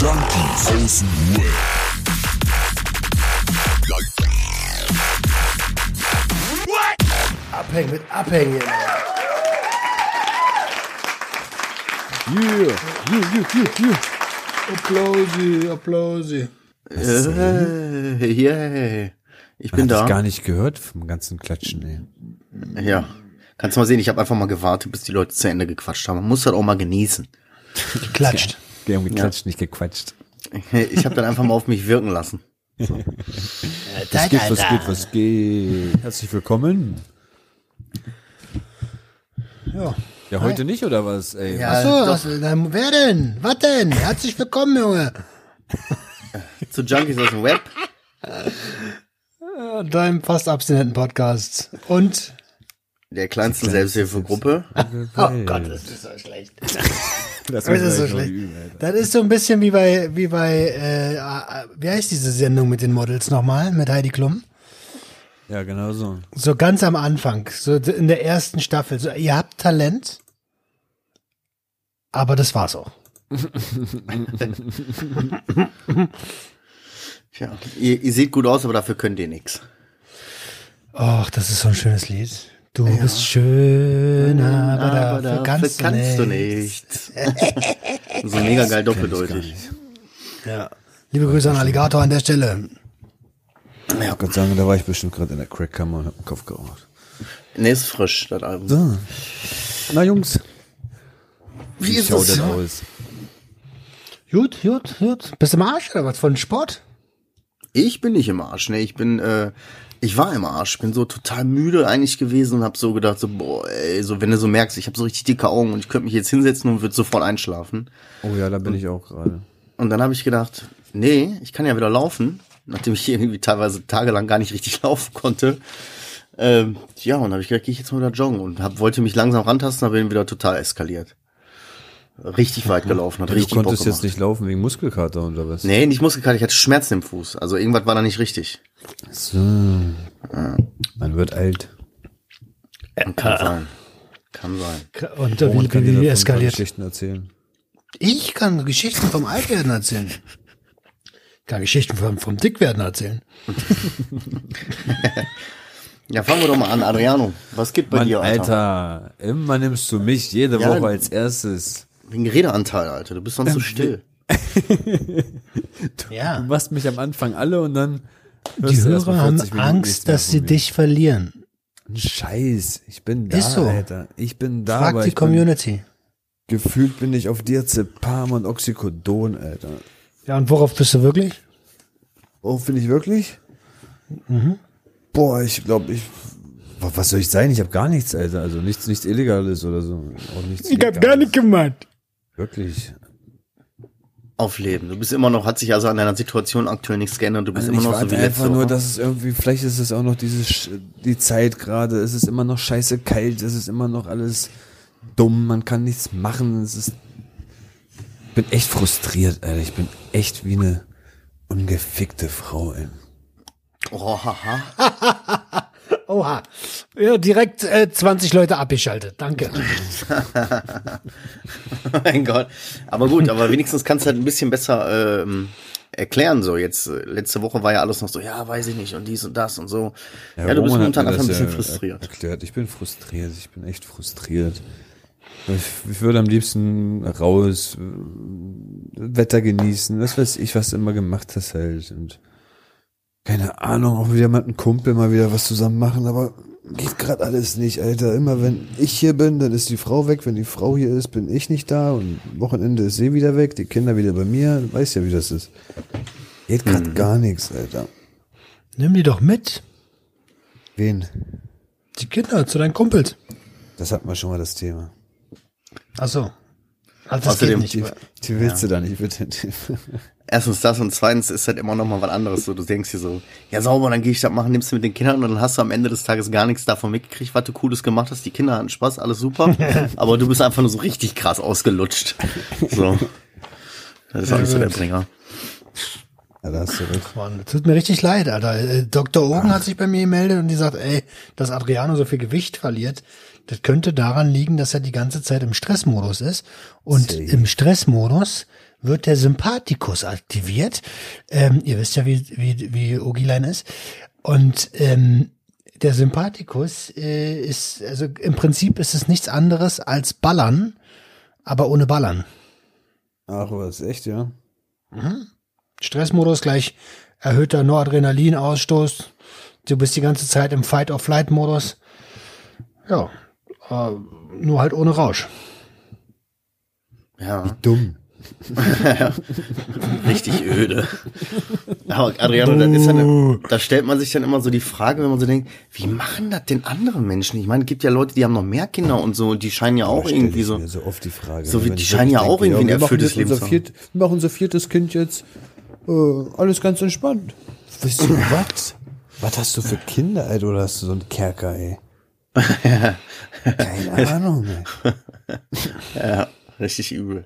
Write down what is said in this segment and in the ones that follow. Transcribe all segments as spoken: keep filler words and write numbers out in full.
Junkies aus dem Web. Abhängen mit Abhängen. Yeah, yeah, yeah, yeah, yeah. Applausi, Applausi. Äh, yeah. Ich bin da. Ich gar nicht gehört vom ganzen Klatschen, ey. Ja. Kannst du mal sehen, ich habe einfach mal gewartet, bis die Leute zu Ende gequatscht haben. Man muss das auch mal genießen. Geklatscht. Wir haben geklatscht, Ja. nicht gequatscht. Ich habe dann einfach mal auf mich wirken lassen. So. Was geht, was geht, was geht. Herzlich willkommen. Ja. Ja, heute nicht, oder was, ey? Ja, Achso, was, dann, wer denn? Was denn? Herzlich willkommen, Junge. Zu Junkies aus dem Web. Deinem fast abstinenten Podcast. Und? Der kleinsten Selbsthilfegruppe. Oh Gott, das ist so schlecht. Das, Das ist so schlecht. Das ist so ein bisschen wie bei, wie bei, äh, wie heißt diese Sendung mit den Models nochmal, mit Heidi Klum? Ja, genau so. So ganz am Anfang, so in der ersten Staffel. So, ihr habt Talent, aber das war's auch. Tja, ihr, ihr seht gut aus, aber dafür könnt ihr nichts. Och, das ist so ein schönes Lied. Du ja. bist schön, aber, aber dafür, dafür kannst, kannst du nichts. So mega geil doppeldeutig. Ja. Liebe Grüße an Alligator an der Stelle. Ja, Gott sei Dank, da war ich bestimmt gerade in der Crackkammer und hab den Kopf geraucht. Nee, ist frisch, das Album. So. Na, Jungs. Wie, Wie ist schaut das denn so? aus? Gut, gut, gut. Bist du im Arsch oder was? Von Sport? Ich bin nicht im Arsch, ne? Ich bin, äh, ich war im Arsch. Bin so total müde eigentlich gewesen und hab so gedacht, so, boah, ey, so, wenn du so merkst, ich habe so richtig dicke Augen und ich könnte mich jetzt hinsetzen und würde sofort einschlafen. Oh ja, da bin ich auch gerade. Und dann habe ich gedacht, nee, ich kann ja wieder laufen, nachdem ich irgendwie teilweise tagelang gar nicht richtig laufen konnte. Ähm, ja, und dann habe ich gedacht, gehe ich jetzt mal wieder joggen und hab, wollte mich langsam rantasten, aber bin wieder total eskaliert. Richtig weit gelaufen, hat Ja, richtig du Bock konntest gemacht. jetzt nicht laufen wegen Muskelkater oder was? Nee, nicht Muskelkater, ich hatte Schmerzen im Fuß. Also irgendwas war da nicht richtig. So. Man wird alt. Kann sein. Kann sein. Und Oh, wie, man kann wie, dir wie davon eskaliert? Geschichten erzählen. Ich kann Geschichten vom Altwerden erzählen. Ich kann Geschichten vom, vom Dickwerden erzählen. Ja, fangen wir doch mal an, Adriano. Was geht bei Mann, dir, Alter? Alter, immer nimmst du mich jede Ja, Woche als erstes. Wegen Redeanteil, Alter. Du bist sonst so still. Ja. Du machst mich am Anfang alle und dann Die hörst du erst Hörer mal haben vierzig Minuten nichts Angst, mehr dass von sie mir. dich verlieren. Ein Scheiß, ich bin da, Ist so. Alter. Ich bin da, Frag aber die ich Community. bin, gefühlt bin ich auf Diazepam und Oxycodon, Alter. Ja, und worauf bist du wirklich? Oh, bin ich wirklich? Mhm. Boah, ich glaube, ich, was soll ich sein? Ich habe gar nichts, Alter. Also nichts, nichts Illegales oder so. Auch nichts Legales. gemacht. Wirklich. Auf Leben. Du bist immer noch, hat sich also an deiner Situation aktuell nichts geändert. Du bist Also immer ich noch so warte wie letzte einfach nur, Woche. dass es irgendwie, vielleicht ist es auch noch diese, Sch- die Zeit gerade, es ist immer noch scheiße kalt, es ist immer noch alles dumm, man kann nichts machen, es ist, ich bin echt frustriert, Alter, ich bin echt wie eine ungefickte Frau, ey. Oh, haha. Oha. Ja, direkt äh, zwanzig Leute abgeschaltet. Danke. Mein Gott. Aber gut, aber wenigstens kannst du halt ein bisschen besser ähm, erklären. So jetzt, äh, letzte Woche war ja alles noch so, ja, weiß ich nicht und dies und das und so. Ja, du bist Roman hat momentan mir einfach ein das bisschen ja frustriert. Erklärt. Ich bin frustriert, ich bin echt frustriert. Ich, ich würde am liebsten raus, äh, Wetter genießen, was weiß ich, was du immer gemacht hast halt. Und keine Ahnung, auch wieder mit einem Kumpel mal wieder was zusammen machen, aber geht gerade alles nicht, Alter. Immer wenn ich hier bin, dann ist die Frau weg. Wenn die Frau hier ist, bin ich nicht da. Und Wochenende ist sie wieder weg, die Kinder wieder bei mir. Du weißt ja, wie das ist. Geht gerade Mhm. gar nichts, Alter. Nimm die doch mit. Wen? Die Kinder zu deinen Kumpels. Das hatten wir schon mal, das Thema. Ach so. Also das Außerdem, geht nicht. Die, die willst du da nicht, bitte. Erstens das und zweitens ist halt immer noch mal was anderes. So, du denkst dir so, ja sauber, dann gehe ich das machen, nimmst du mit den Kindern und dann hast du am Ende des Tages gar nichts davon mitgekriegt, was du Cooles gemacht hast. Die Kinder hatten Spaß, alles super, aber du bist einfach nur so richtig krass ausgelutscht. So, das ist auch nicht so der Bringer. Ja, da hast du recht. Mann, das tut mir richtig leid, Alter. Äh, Doktor Ogen hat sich bei mir gemeldet und die sagt, ey, dass Adriano so viel Gewicht verliert, das könnte daran liegen, dass er die ganze Zeit im Stressmodus ist. Und Safe. im Stressmodus wird der Sympathikus aktiviert. Ähm, ihr wisst ja, wie, wie, wie Ogilein ist. Und ähm, der Sympathikus äh, ist, also im Prinzip ist es nichts anderes als Ballern, aber ohne Ballern. Ach, was, echt, ja? Mhm. Stressmodus gleich erhöhter Noradrenalinausstoß. Du bist die ganze Zeit im Fight-or-Flight-Modus. Ja, äh, nur halt ohne Rausch. Ja. Dumm. Richtig öde. Aber Adriano, das ist ja eine, da stellt man sich dann immer so die Frage, wenn man so denkt, wie machen das denn andere Menschen? Ich meine, es gibt ja Leute, die haben noch mehr Kinder und so, und die scheinen ja auch Stell irgendwie ich so. mir so oft die Frage. So wie- wenn die ich scheinen ja wirklich auch irgendwie ein wir machen erfülltes jetzt Leben unser zu haben. viert, wir machen unser viertes Kind jetzt. Äh, alles ganz entspannt. Weißt du, was? Was hast du für Kinder, Alter? Oder hast du so einen Kerker, ey? Keine Ahnung, ey. Ja, richtig übel.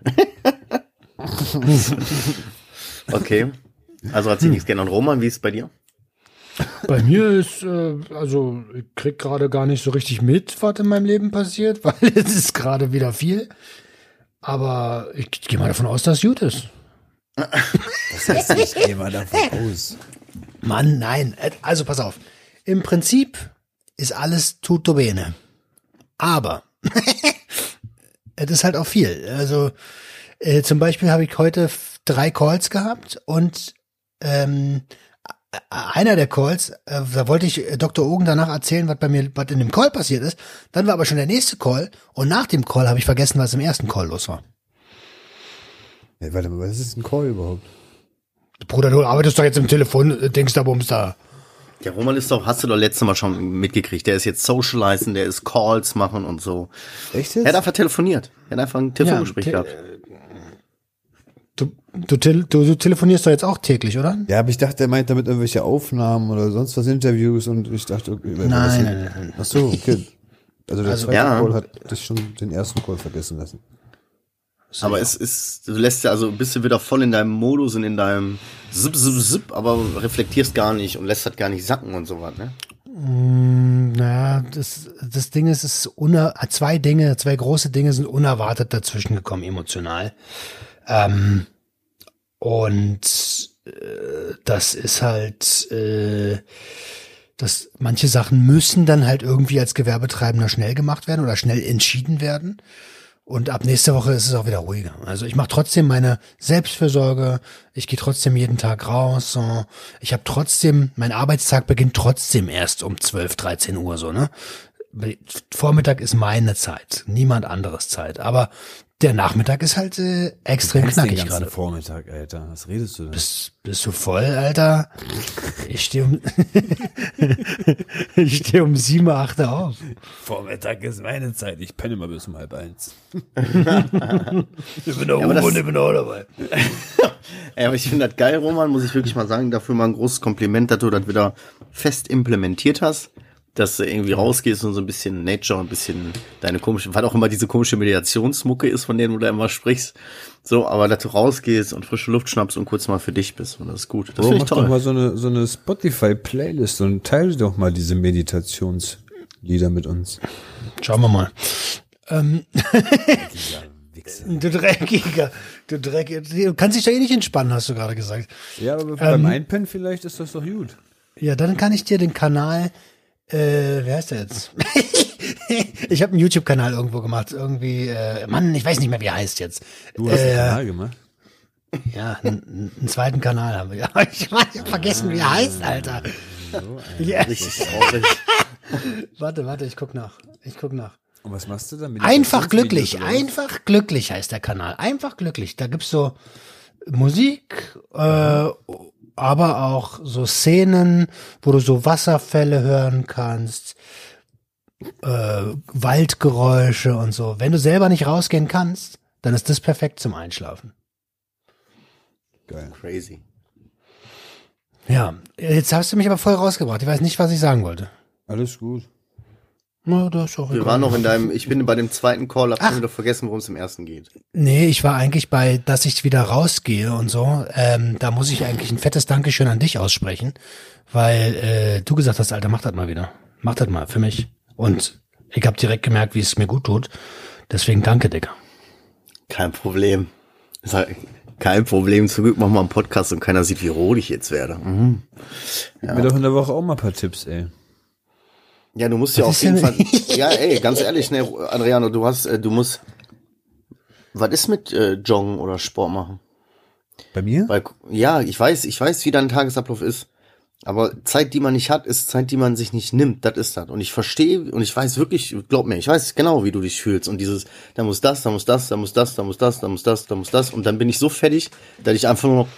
Okay. Also hat sich nichts geändert. Und Roman, wie ist es bei dir? Bei mir ist, äh, also ich krieg gerade gar nicht so richtig mit, was in meinem Leben passiert, weil es ist gerade wieder viel. Aber ich gehe mal davon aus, dass es gut ist. Das heißt, ich gehe mal davon aus. Mann, nein. Also pass auf. Im Prinzip ist alles tutto bene. Aber es ist halt auch viel. Also äh, zum Beispiel habe ich heute f- drei Calls gehabt und ähm, einer der Calls, äh, da wollte ich äh, Doktor Ogen danach erzählen, was bei mir, was in dem Call passiert ist. Dann war aber schon der nächste Call und nach dem Call habe ich vergessen, was im ersten Call los war. Hey, warte mal, was ist ein Call überhaupt? Bruder, du arbeitest doch jetzt im Telefon, äh, denkst da, bums da. Der Roman ist doch, hast du doch letztes Mal schon mitgekriegt. Der ist jetzt socializen, der ist Calls machen und so. Echt Er jetzt? hat einfach telefoniert. Er hat einfach ein Telefongespräch te- gehabt. Du, du, tel- du, du telefonierst doch jetzt auch täglich, oder? Ja, aber ich dachte, er meint damit irgendwelche Aufnahmen oder sonst was, Interviews, und ich dachte, okay, was Nein, ist- nein, nein, nein. Ach so, okay. Also der Also- zweite Ja. Call hat dich schon den ersten Call vergessen lassen. Aber es ist, du lässt ja, also bist du wieder voll in deinem Modus und in deinem Zip, Zip, Zip, aber reflektierst gar nicht und lässt das gar nicht sacken und so was, ne? Mm, naja, das, das Ding ist, es ist uner, zwei Dinge, zwei große Dinge sind unerwartet dazwischen gekommen, emotional. Ähm, und äh, das ist halt, äh, dass manche Sachen müssen dann halt irgendwie als Gewerbetreibender schnell gemacht werden oder schnell entschieden werden. Und ab nächste Woche ist es auch wieder ruhiger. Also ich mache trotzdem meine Selbstfürsorge. Ich gehe trotzdem jeden Tag raus. So. Ich habe trotzdem, mein Arbeitstag beginnt trotzdem erst um zwölf, dreizehn Uhr so, ne? Vormittag ist meine Zeit, niemand anderes Zeit. Aber der Nachmittag ist halt äh, extrem Kennst den knackig ganzen gerade. Vormittag, Alter. Was redest du denn? Bist, bist du voll, Alter? Ich stehe um, ich stehe um sieben, acht auf. Vormittag ist meine Zeit. Ich penne mal bis um halb eins. Ich bin da aber das- und ich bin auch dabei. Ja, aber ich finde das geil, Roman, muss ich wirklich mal sagen, dafür mal ein großes Kompliment, dass du das wieder fest implementiert hast, dass du irgendwie rausgehst und so ein bisschen Nature, ein bisschen deine komische, was auch immer diese komische Meditationsmucke ist, von denen du da immer sprichst, so, aber dass du rausgehst und frische Luft schnappst und kurz mal für dich bist, und das ist gut. Das Bro, finde ich mach doch toll. mal so eine, so eine Spotify-Playlist und teile doch mal diese Meditationslieder mit uns. Schauen wir mal. Ähm, Dieser Wichser. du Dreckiger, du Dreckiger. Du kannst dich da eh nicht entspannen, hast du gerade gesagt. Ja, aber Ähm, beim Einpennen vielleicht ist das doch gut. Ja, dann kann ich dir den Kanal, äh, wer heißt der jetzt? Ich habe einen YouTube-Kanal irgendwo gemacht, irgendwie, äh, Mann, ich weiß nicht mehr, wie er heißt jetzt. Du hast einen äh, Kanal gemacht. Ja, einen, einen zweiten Kanal haben wir. Ja, ich hab vergessen, wie er heißt, Alter. Ja. Richtig traurig. Warte, warte, ich guck nach. Ich guck nach. Und was machst du dann? Einfach glücklich, Meditationsvideos oder was? einfach glücklich heißt der Kanal. Einfach glücklich. Da gibt's so Musik, äh, aber auch so Szenen, wo du so Wasserfälle hören kannst, äh, Waldgeräusche und so. Wenn du selber nicht rausgehen kannst, dann ist das perfekt zum Einschlafen. Geil. Crazy. Ja, jetzt hast du mich aber voll rausgebracht. Ich weiß nicht, was ich sagen wollte. Alles gut. Na, das ist auch Wir egal. waren noch in deinem, ich bin bei dem zweiten Call, hab Ach. schon wieder vergessen, worum es im ersten geht. Nee, ich war eigentlich bei, dass ich wieder rausgehe und so. Ähm, da muss ich eigentlich ein fettes Dankeschön an dich aussprechen, weil äh, du gesagt hast, Alter, mach das mal wieder. Mach das mal für mich. Und ich habe direkt gemerkt, wie es mir gut tut. Deswegen danke, Digga. Kein Problem. Ist halt, Kein Problem, zum Glück machen wir einen Podcast und keiner sieht, wie rot ich jetzt werde. Mhm. Gib mir doch in der Woche auch mal ein paar Tipps, ey. Ja, du musst ja auf jeden Fall, ja ey, ganz ehrlich, ne, Adriano, du hast, äh, du musst, was ist mit äh, Joggen oder Sport machen? Bei mir? Weil, ja, ich weiß, ich weiß, wie dein Tagesablauf ist. Aber Zeit, die man nicht hat, ist Zeit, die man sich nicht nimmt. Das ist das. Und ich verstehe und ich weiß wirklich, glaub mir, ich weiß genau, wie du dich fühlst. Und dieses, da muss das, da muss das, da muss das, da muss das, da muss das, da muss das. Und dann bin ich so fertig, dass ich einfach nur noch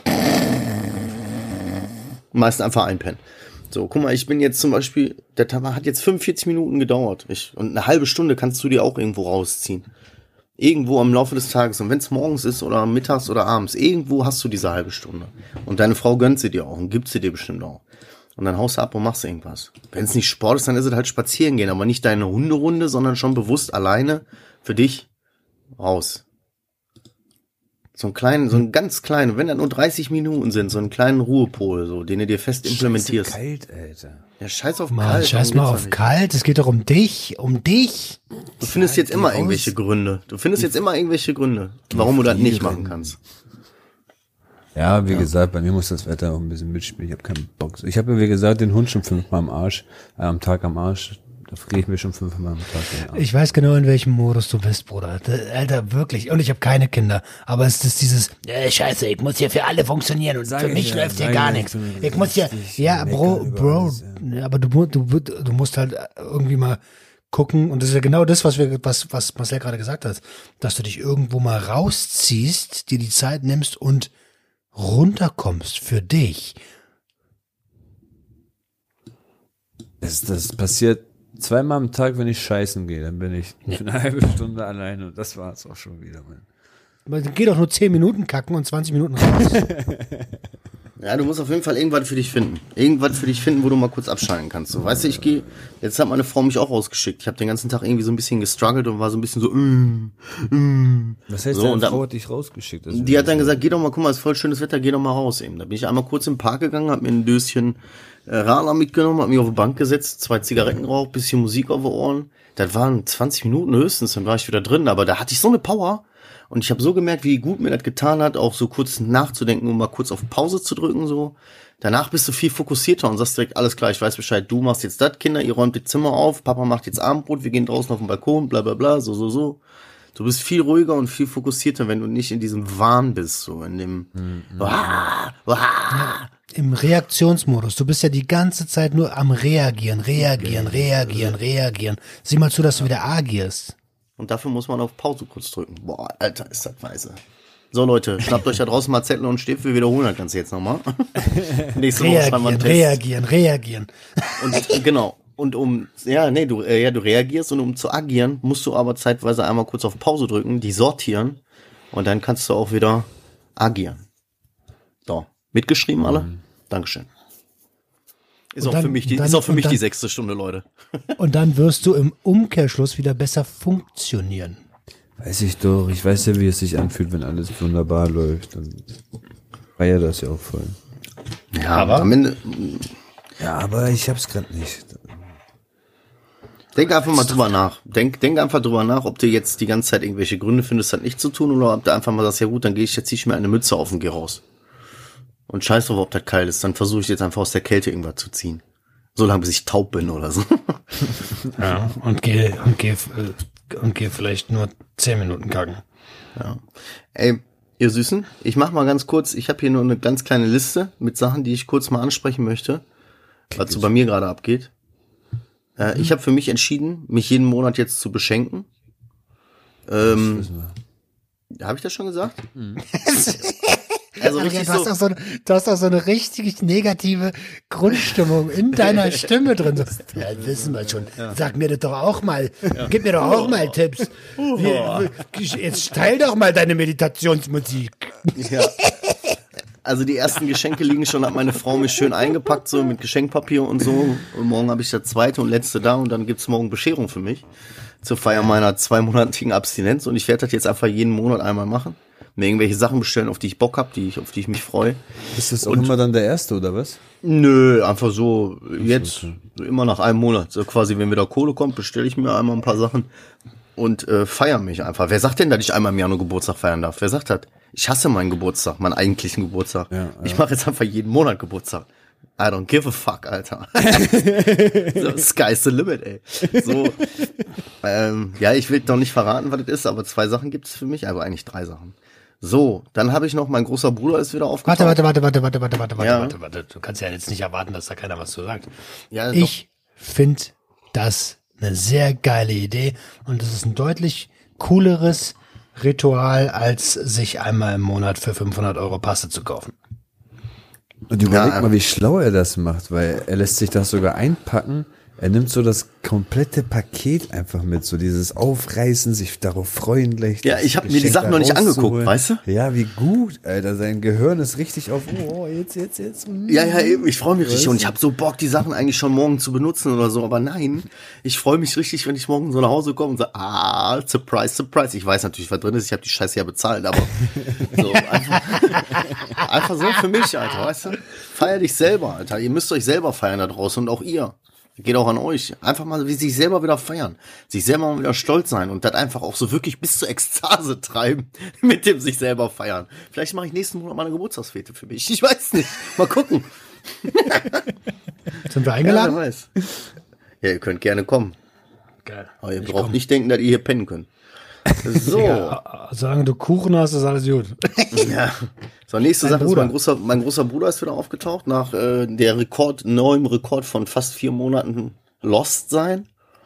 meist einfach einpenne. So, guck mal, ich bin jetzt zum Beispiel, der Tag hat jetzt fünfundvierzig Minuten gedauert. Ich, und eine halbe Stunde kannst du dir auch irgendwo rausziehen. Irgendwo im Laufe des Tages. Und wenn es morgens ist oder mittags oder abends, irgendwo hast du diese halbe Stunde. Und deine Frau gönnt sie dir auch und gibt sie dir bestimmt auch. Und dann haust du ab und machst irgendwas. Wenn es nicht Sport ist, dann ist es halt spazieren gehen. Aber nicht deine Hunderunde, sondern schon bewusst alleine für dich raus. So einen kleinen, so einen ganz kleinen, wenn das nur dreißig Minuten sind, so einen kleinen Ruhepol, so, den du dir fest implementierst. Scheiße kalt, Alter. Ja, scheiß auf Mann, kalt. scheiß mal auf kalt. Es geht doch um dich, um dich. Du findest jetzt immer irgendwelche Gründe. Du findest jetzt immer irgendwelche Gründe, warum du das nicht machen kannst. Ja, wie ja. gesagt, bei mir muss das Wetter auch ein bisschen mitspielen. Ich habe keinen Bock. Ich habe ja, wie gesagt, den Hund schon fünfmal am Arsch, äh, am Tag am Arsch. Da friere ich mir schon fünfmal am Tag den Arsch. Ich weiß genau, in welchem Modus du bist, Bruder. Alter, wirklich. Und ich habe keine Kinder. Aber es ist dieses, äh, scheiße, ich muss hier für alle funktionieren und Sag für mich ja, läuft hier gar nichts. Ich muss hier, ja, Bro, Bro, ja. aber du, du, du musst halt irgendwie mal gucken, und das ist ja genau das, was wir, was, was Marcel gerade gesagt hat, dass du dich irgendwo mal rausziehst, dir die Zeit nimmst und runterkommst für dich. Das, das passiert zweimal am Tag, wenn ich scheißen gehe, dann bin ich ja. eine halbe Stunde alleine und das war's auch schon wieder, Mann. Man geht doch nur zehn Minuten kacken und zwanzig Minuten raus. Ja, du musst auf jeden Fall irgendwas für dich finden. Irgendwas für dich finden, wo du mal kurz abschalten kannst. So, weißt du, ich gehe, jetzt hat meine Frau mich auch rausgeschickt. Ich habe den ganzen Tag irgendwie so ein bisschen gestruggelt und war so ein bisschen so, mm, mm. Was heißt, so, deine und Frau dann, hat dich rausgeschickt? Die hat dann gesagt, geh doch mal, guck mal, ist voll schönes Wetter, geh doch mal raus eben. Da bin ich einmal kurz im Park gegangen, hab mir ein Döschen äh, Radler mitgenommen, hab mich auf die Bank gesetzt, zwei Zigaretten geraucht, bisschen Musik auf den Ohren. Das waren zwanzig Minuten höchstens, dann war ich wieder drin. Aber da hatte ich so eine Power. Und ich habe so gemerkt, wie gut mir das getan hat, auch so kurz nachzudenken und mal kurz auf Pause zu drücken, so. Danach bist du viel fokussierter und sagst direkt, alles klar, ich weiß Bescheid, du machst jetzt das, Kinder, ihr räumt die Zimmer auf, Papa macht jetzt Abendbrot, wir gehen draußen auf den Balkon, bla bla bla, so, so, so. Du bist viel ruhiger und viel fokussierter, wenn du nicht in diesem Wahn bist, so in dem mhm. Wah, wah. Ja, im Reaktionsmodus. Du bist ja die ganze Zeit nur am Reagieren, reagieren, reagieren, reagieren. Sieh mal zu, dass du wieder agierst. Und dafür muss man auf Pause kurz drücken. Boah, Alter, ist das weise. So, Leute, schnappt euch da draußen mal Zettel und Stift, wir wiederholen das Ganze jetzt nochmal. Nächste Woche schreiben wir einen Test. Reagieren, reagieren. Und genau. Und um, ja, nee, du, äh, ja, du reagierst und um zu agieren, musst du aber zeitweise einmal kurz auf Pause drücken, die sortieren und dann kannst du auch wieder agieren. So, mitgeschrieben alle? Mhm. Dankeschön. Ist auch, dann, für mich die, dann, ist auch für mich dann, die sechste Stunde, Leute. Und dann wirst du im Umkehrschluss wieder besser funktionieren. Weiß ich doch. Ich weiß ja, wie es sich anfühlt, wenn alles wunderbar läuft. Dann feier das ja auch voll. Ja, aber am Ende. Ja, aber ich hab's gerade nicht. Denk einfach mal drüber nach. Denk, denk einfach drüber nach, ob du jetzt die ganze Zeit irgendwelche Gründe findest, das nicht zu tun, oder ob du einfach mal sagst, ja gut, dann gehe ich jetzt, zieh ich mir eine Mütze auf und geh raus. Und scheiß drauf, ob das kalt ist. Dann versuche ich jetzt einfach aus der Kälte irgendwas zu ziehen. So lange, bis ich taub bin oder so. Ja, und geh, und geh, und geh vielleicht nur zehn Minuten kacken. Ja. Ey, ihr Süßen, ich mach mal ganz kurz, ich habe hier nur eine ganz kleine Liste mit Sachen, die ich kurz mal ansprechen möchte, was so bei mir gerade abgeht. Äh, mhm. Ich habe für mich entschieden, mich jeden Monat jetzt zu beschenken. Ähm, habe ich das schon gesagt? Mhm. Also richtig du, hast so. auch so eine, du hast auch so eine richtig negative Grundstimmung in deiner Stimme drin. So, ja, wissen wir schon. Ja. Sag mir das doch auch mal. Ja. Gib mir doch auch oh. mal Tipps. Oh. Wie, jetzt teil doch mal deine Meditationsmusik. Ja. Also die ersten Geschenke liegen schon, hat meine Frau mich schön eingepackt, so mit Geschenkpapier und so. Und morgen habe ich das zweite und letzte da und dann gibt's morgen Bescherung für mich. Zur Feier meiner zweimonatigen Abstinenz. Und ich werde das jetzt einfach jeden Monat einmal machen. Mir irgendwelche Sachen bestellen, auf die ich Bock habe, die ich, auf die ich mich freue. Ist das auch und immer dann der erste, oder was? Nö, einfach so jetzt, so immer nach einem Monat. So quasi, wenn wieder Kohle kommt, bestelle ich mir einmal ein paar Sachen und äh, feiere mich einfach. Wer sagt denn, dass ich einmal im Januar Geburtstag feiern darf? Wer sagt das? Ich hasse meinen Geburtstag, meinen eigentlichen Geburtstag. Ja, ja. Ich mache jetzt einfach jeden Monat Geburtstag. I don't give a fuck, Alter. So, sky's the limit, ey. So, ähm, ja, ich will doch nicht verraten, was das ist, aber zwei Sachen gibt's für mich, aber eigentlich drei Sachen. So, dann habe ich noch, mein großer Bruder ist wieder aufgetaucht. Warte, warte, warte, warte, warte, warte, warte, Ja. warte, warte. Du kannst ja jetzt nicht erwarten, dass da keiner was zu sagt. Ja, Ich finde das eine sehr geile Idee und es ist ein deutlich cooleres Ritual, als sich einmal im Monat für fünfhundert Euro Paste zu kaufen. Und überleg Ja, mal, wie schlau er das macht, weil er lässt sich das sogar einpacken. Er nimmt so das komplette Paket einfach mit, so dieses Aufreißen, sich darauf freuen gleich. Ja, das ich hab mir die Geschenk Sachen da noch nicht rauszuholen. angeguckt, weißt du? Ja, wie gut, Alter. Sein Gehirn ist richtig auf, oh, jetzt, jetzt, jetzt. mm. Ja, ja, eben, ich freue mich Weißt richtig du? und ich habe so Bock, die Sachen eigentlich schon morgen zu benutzen oder so, aber nein, ich freue mich richtig, wenn ich morgen so nach Hause komme und so, ah, surprise, surprise. Ich weiß natürlich, was drin ist, ich habe die Scheiße ja bezahlt, aber so einfach, einfach so für mich, Alter, weißt du? Feier dich selber, Alter, ihr müsst euch selber feiern da draußen und auch ihr. Geht auch an euch. Einfach mal wie sich selber wieder feiern. Sich selber mal wieder stolz sein und das einfach auch so wirklich bis zur Ekstase treiben mit dem sich selber feiern. Vielleicht mache ich nächsten Monat mal eine Geburtstagsfete für mich. Ich weiß nicht. Mal gucken. Sind wir Ja, eingeladen? wer weiß. Ja, ihr könnt gerne kommen. Geil. Aber ihr Ich braucht komm. nicht denken, dass ihr hier pennen könnt. So. Ja, solange du Kuchen hast, ist alles gut. Ja. So, nächste Dein Sache ist, Bruder. mein großer, mein großer Bruder ist wieder aufgetaucht nach äh, der Rekord, neuem Rekord von fast vier Monaten Lost sein.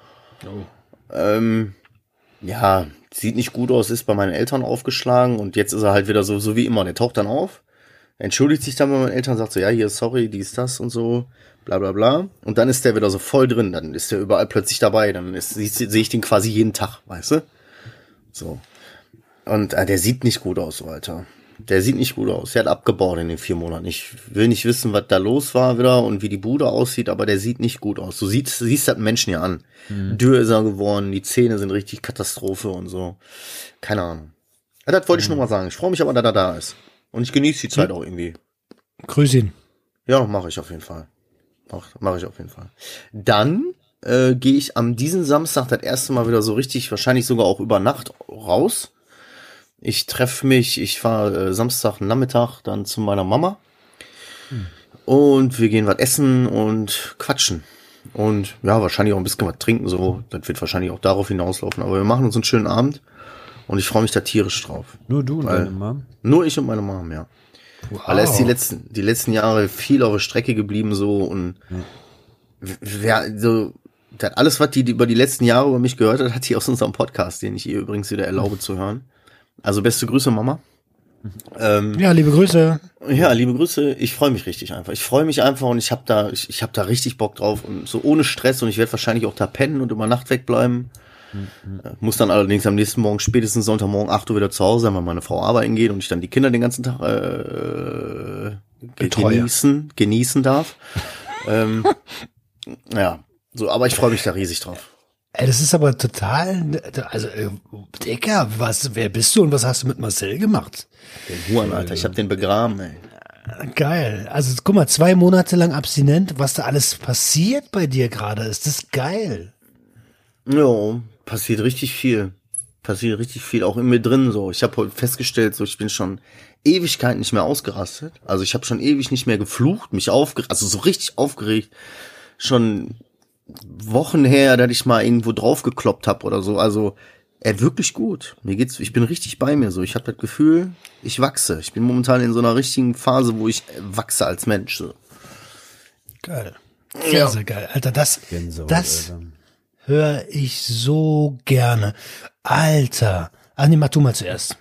Ähm, ja, sieht nicht gut aus, ist bei meinen Eltern aufgeschlagen und jetzt ist er halt wieder so, so wie immer. Der taucht dann auf, entschuldigt sich dann bei meinen Eltern, sagt so, ja, hier, sorry, dies, das und so, bla bla bla. Und dann ist der wieder so voll drin, dann ist der überall plötzlich dabei, dann ist- sehe ich den quasi jeden Tag, weißt du? So. Und äh, der sieht nicht gut aus, so, Alter. Der sieht nicht gut aus. Der hat abgebaut in den vier Monaten. Ich will nicht wissen, was da los war wieder und wie die Bude aussieht, aber der sieht nicht gut aus. Du siehst, siehst das Menschen ja an. Dürr ist er geworden, die Zähne sind richtig Katastrophe und so. Keine Ahnung. Ja, das wollte ich nur mal sagen. Ich freue mich aber, dass er da ist. Und ich genieße die Zeit auch irgendwie. Grüß ihn. Ja, mache ich auf jeden Fall. Mach, mach ich auf jeden Fall. Dann äh, gehe ich am diesen Samstag das erste Mal wieder so richtig, wahrscheinlich sogar auch über Nacht raus. Ich treffe mich, ich fahre äh, Samstag Nachmittag dann zu meiner Mama. Hm. Und wir gehen was essen und quatschen. Und ja, wahrscheinlich auch ein bisschen was trinken, so. Das wird wahrscheinlich auch darauf hinauslaufen. Aber wir machen uns einen schönen Abend. Und ich freue mich da tierisch drauf. Nur du und Weil- deine Mom? Nur ich und meine Mom, ja. Wow. Weil er ist die letzten, die letzten Jahre viel auf der Strecke geblieben so und wer so das alles, was die über die letzten Jahre über mich gehört hat, hat die aus unserem Podcast, den ich ihr übrigens wieder erlaube zu hören. Also beste Grüße, Mama. Ähm, Ja, liebe Grüße. ja, liebe Grüße. Ich freue mich richtig einfach. Ich freue mich einfach und ich habe da, ich, ich habe da richtig Bock drauf und so ohne Stress und ich werde wahrscheinlich auch da pennen und über Nacht wegbleiben. Äh, Muss dann allerdings am nächsten Morgen, spätestens Sonntagmorgen acht Uhr wieder zu Hause sein, weil meine Frau arbeiten geht und ich dann die Kinder den ganzen Tag äh, ge- Betreue. genießen, genießen darf. ähm, ja, so, aber ich freue mich da riesig drauf. Ey, das ist aber total, also, äh, Dicker, was, wer bist du und was hast du mit Marcel gemacht? Den Huren, Alter, ich hab den begraben, ey. Geil. Also, guck mal, zwei Monate lang abstinent, was da alles passiert bei dir gerade, ist das geil. Ja, passiert richtig viel. Passiert richtig viel, auch in mir drin so. Ich habe heute festgestellt, so ich bin schon Ewigkeiten nicht mehr ausgerastet. Also ich habe schon ewig nicht mehr geflucht, mich aufgeregt, also so richtig aufgeregt. Schon Wochen her, dass ich mal irgendwo drauf gekloppt habe oder so. Also er wirklich gut. Mir geht's, ich bin richtig bei mir so. Ich habe das Gefühl, ich wachse. Ich bin momentan in so einer richtigen Phase, wo ich wachse als Mensch. So. Geil. Sehr, Ja. sehr geil. Alter, das, Gänsehaut, das Alter. höre ich so gerne. Alter. Ach nee, mach du mal zuerst.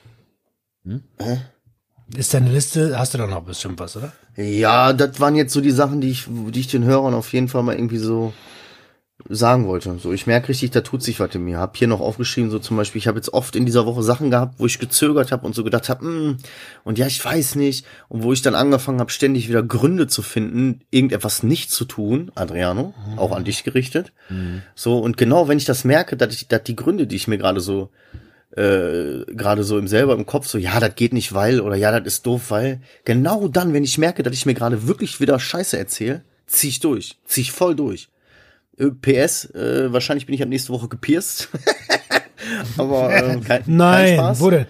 Ist deine Liste, hast du doch noch bestimmt was, oder? Ja, das waren jetzt so die Sachen, die ich, die ich den Hörern auf jeden Fall mal irgendwie so sagen wollte. So, ich merke richtig, da tut sich was in mir. Hab hier noch aufgeschrieben, so zum Beispiel, ich habe jetzt oft in dieser Woche Sachen gehabt, wo ich gezögert habe und so gedacht habe, mm, und ja, ich weiß nicht. Und wo ich dann angefangen habe, ständig wieder Gründe zu finden, irgendetwas nicht zu tun, Adriano, mhm. auch an dich gerichtet. Mhm. So, und genau, wenn ich das merke, dass ich, dass die Gründe, die ich mir gerade so äh, gerade so im selber im Kopf so, ja, das geht nicht, weil, oder ja, das ist doof, weil, genau dann, wenn ich merke, dass ich mir gerade wirklich wieder Scheiße erzähle, zieh ich durch, zieh ich voll durch. Äh, P S, äh, wahrscheinlich bin ich ab nächste Woche gepierst. Aber äh, kein, Nein, kein Spaß. wo denn?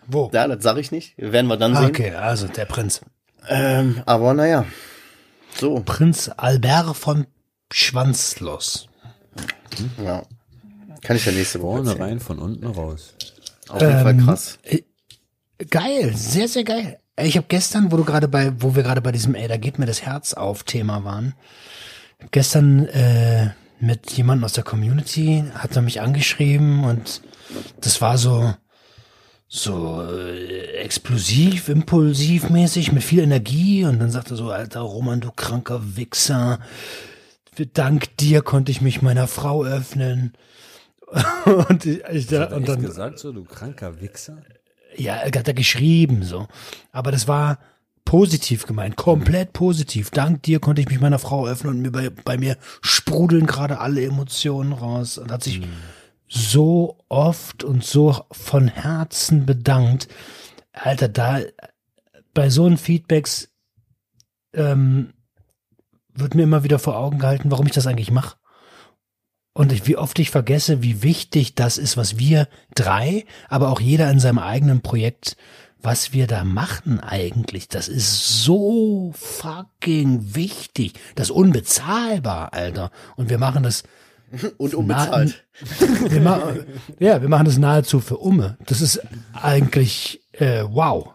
Wo? Ja, das sage ich nicht. Werden wir dann Ah, sehen. okay, also der Prinz. Ähm, aber naja. So. Prinz Albert von Schwanzlos. Ja. Kann ich ja nächste Woche Vorne erzählen. rein, von unten raus. Auf jeden Fall Ähm, krass. äh, Geil, sehr, sehr geil. Ey, Ich habe gestern, wo du gerade bei, wo wir gerade bei diesem, ey, da geht mir das Herz auf Thema waren, ich hab gestern äh, mit jemandem aus der Community, hat er mich angeschrieben und das war so, so äh, explosiv, impulsiv mäßig, mit viel Energie und dann sagte er so, Alter Roman, du kranker Wichser, dank dir konnte ich mich meiner Frau öffnen. und ich, ich da, Hat er und echt dann gesagt so, du kranker Wichser? ja, hat er geschrieben, so. Aber das war positiv gemeint, komplett positiv. Dank dir konnte ich mich meiner Frau öffnen und mir bei, bei mir sprudeln gerade alle Emotionen raus und hat sich so oft und so von Herzen bedankt. Alter, da, bei so einen Feedbacks, ähm, wird mir immer wieder vor Augen gehalten, warum ich das eigentlich mache. Und ich, wie oft ich vergesse, wie wichtig das ist, was wir drei, aber auch jeder in seinem eigenen Projekt, was wir da machen eigentlich. Das ist so fucking wichtig. Das ist unbezahlbar, Alter. Und wir machen das Und unbezahlt. Na, wir ma ja, wir machen das nahezu für Umme. Das ist eigentlich äh, wow.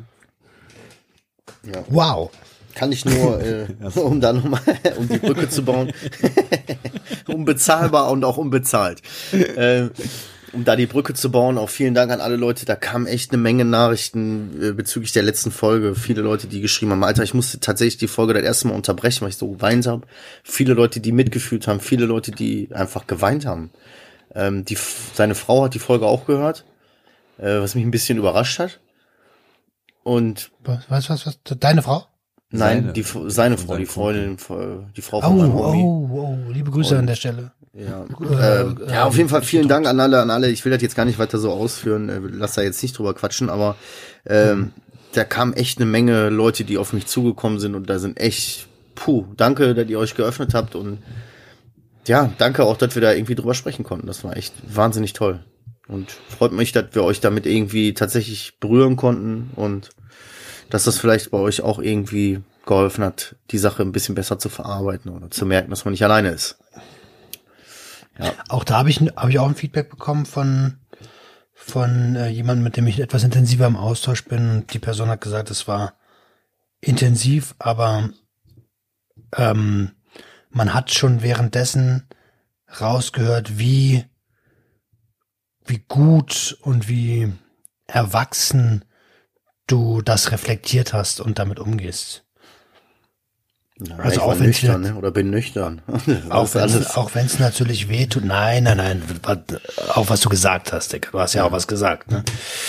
Ja. Wow. Kann ich nur, äh, um da nochmal, um die Brücke zu bauen, unbezahlbar und auch unbezahlt. Äh, um da die Brücke zu bauen, auch vielen Dank an alle Leute. Da kamen echt eine Menge Nachrichten äh, bezüglich der letzten Folge. Viele Leute, die geschrieben haben, Alter, ich musste tatsächlich die Folge das erste Mal unterbrechen, weil ich so geweint habe. Viele Leute, die mitgefühlt haben, viele Leute, die einfach geweint haben. Ähm, die, seine Frau hat die Folge auch gehört, äh, was mich ein bisschen überrascht hat. Und Was, was, was, was? Deine Frau? Nein, Seine. die, seine Frau, Seine die Freundin, die Frau Oh, von meinem Homie. oh, oh, liebe Grüße an der Stelle. Ja. Äh, Ähm, äh, ja, auf jeden Fall vielen Dank an alle, an alle. Ich will das jetzt gar nicht weiter so ausführen, äh, lass da jetzt nicht drüber quatschen, aber ähm, mhm. da kam echt eine Menge Leute, die auf mich zugekommen sind und da sind echt, puh, danke, dass ihr euch geöffnet habt und ja, danke auch, dass wir da irgendwie drüber sprechen konnten. Das war echt wahnsinnig toll und freut mich, dass wir euch damit irgendwie tatsächlich berühren konnten und dass das vielleicht bei euch auch irgendwie geholfen hat, die Sache ein bisschen besser zu verarbeiten oder zu merken, dass man nicht alleine ist. Ja. Auch da habe ich, hab ich auch ein Feedback bekommen von, von äh, jemandem, mit dem ich etwas intensiver im Austausch bin. Und die Person hat gesagt, es war intensiv, aber ähm, man hat schon währenddessen rausgehört, wie, wie gut und wie erwachsen du das reflektiert hast und damit umgehst. Ja, Also ich auch war wenn nüchtern, sie- ne? Oder bin nüchtern. Auch Das wenn alles. es auch wenn's natürlich weh tut. Nein, nein, nein. Auch was du gesagt hast, Digga. Du hast ja auch was gesagt, ne?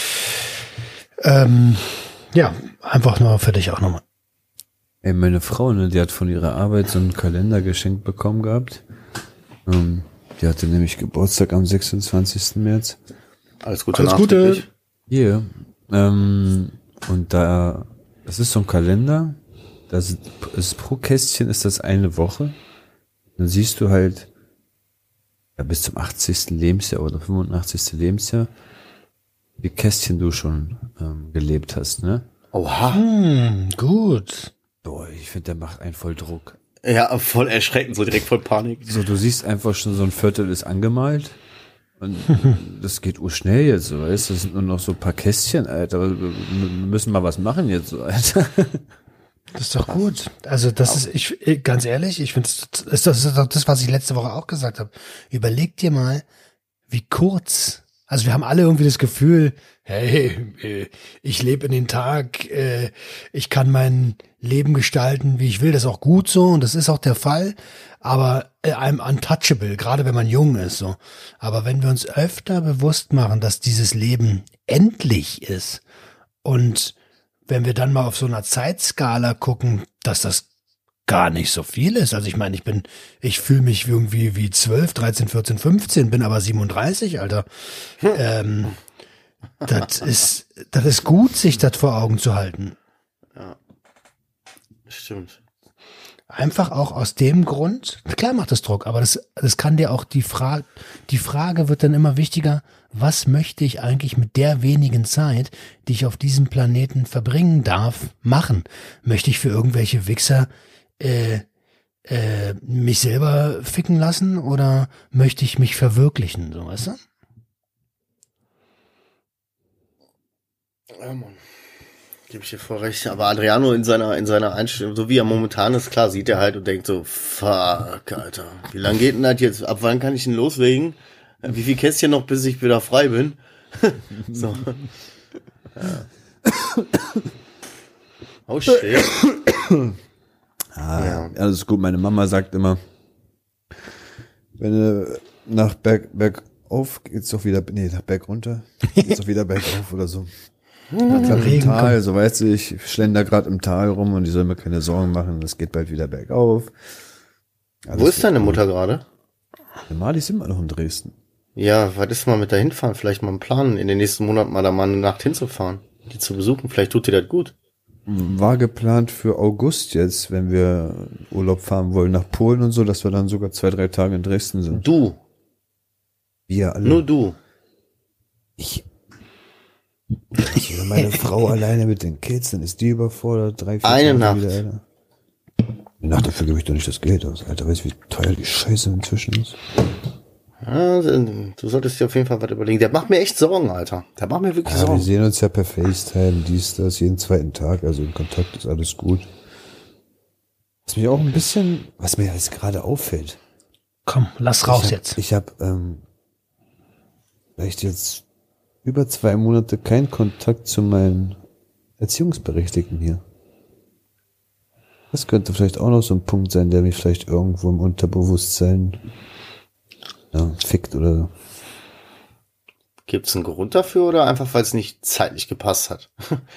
Ähm, ja, einfach nur für dich auch nochmal. Ey, meine Frau, ne, die hat von ihrer Arbeit so einen Kalender geschenkt bekommen gehabt. Ähm, die hatte nämlich Geburtstag am sechsundzwanzigsten März. Alles Gute, Alles Gute. nachträglich. Hier. Ähm, und da, das ist so ein Kalender. Das ist, ist pro Kästchen ist das eine Woche. Dann siehst du halt ja, bis zum achtzigsten Lebensjahr oder fünfundachtzigsten Lebensjahr, wie Kästchen du schon ähm, gelebt hast, ne? Oha. Hm, gut. Boah, ich finde, der macht einen voll Druck. Ja, voll erschreckend, so direkt voll Panik. So, du siehst einfach schon, so ein Viertel ist angemalt. Und das geht urschnell jetzt, so, weißt du? Das sind nur noch so ein paar Kästchen, Alter. Wir müssen mal was machen jetzt, so, Alter. Das ist doch gut. Also das ist, ich ganz ehrlich, ich finde, das ist das, ist doch das, was ich letzte Woche auch gesagt habe. Überleg dir mal, wie kurz. Also wir haben alle irgendwie das Gefühl, hey, ich lebe in den Tag, ich kann mein Leben gestalten, wie ich will. Das ist auch gut so und das ist auch der Fall. Aber I'm untouchable, gerade wenn man jung ist, so. Aber wenn wir uns öfter bewusst machen, dass dieses Leben endlich ist und wenn wir dann mal auf so einer Zeitskala gucken, dass das gar nicht so viel ist. Also ich meine, ich bin, ich fühle mich irgendwie wie zwölf, dreizehn, vierzehn, fünfzehn, bin aber siebenunddreißig, Alter. Ähm, das ist, das ist gut, sich das vor Augen zu halten. Ja. Stimmt. Einfach auch aus dem Grund, klar macht das Druck, aber das, das kann dir auch die Frage, die Frage wird dann immer wichtiger, was möchte ich eigentlich mit der wenigen Zeit, die ich auf diesem Planeten verbringen darf, machen? Möchte ich für irgendwelche Wichser äh, äh, mich selber ficken lassen oder möchte ich mich verwirklichen, so, weißt du? Ja, Mann. Gebe ich dir voll recht. Aber Adriano in seiner, in seiner Einstellung, so wie er momentan ist, klar, sieht er halt und denkt so, fuck, Alter, wie lange geht denn das jetzt? Ab wann kann ich denn loslegen? Wie viel Kästchen noch, bis ich wieder frei bin? So. Ja. Oh shit. Ah, Ja. alles ist gut. Meine Mama sagt immer, wenn du nach Berg, Bergauf geht's doch wieder, nee, nach Berg runter, geht's doch wieder bergauf oder so. Gerade im Tal, so weißt du, ich schlender gerade im Tal rum und ich soll mir keine Sorgen machen, es geht bald wieder bergauf. Alles Wo ist deine gut. Mutter gerade? Ja, Mali sind wir noch in Dresden. Ja, was ist mal mit da hinfahren? Vielleicht mal einen Plan, in den nächsten Monaten mal da mal eine Nacht hinzufahren, die zu besuchen. Vielleicht tut dir das gut. War geplant für August jetzt, wenn wir Urlaub fahren wollen nach Polen und so, dass wir dann sogar zwei, drei Tage in Dresden sind. Du, Wir alle. nur du. Ich. Also meine Frau alleine mit den Kids, dann ist die überfordert. Drei, vier Eine Tage Nacht. Wieder, Alter. Die Nacht dafür gebe ich doch nicht das Geld aus, Alter. Weißt du, wie teuer die Scheiße inzwischen ist? Ja, du solltest dir auf jeden Fall was überlegen. Der macht mir echt Sorgen, Alter. Der macht mir wirklich Ja, wir Sorgen. sehen uns ja per FaceTime, dies, das, jeden zweiten Tag. Also in Kontakt ist alles gut. Was mich auch ein bisschen, was mir jetzt gerade auffällt. Komm, lass raus ich hab, jetzt. Ich habe ähm, vielleicht jetzt über zwei Monate keinen Kontakt zu meinen Erziehungsberechtigten hier. Das könnte vielleicht auch noch so ein Punkt sein, der mich vielleicht irgendwo im Unterbewusstsein ja, fickt oder. Gibt's einen Grund dafür oder einfach, weil es nicht zeitlich gepasst hat?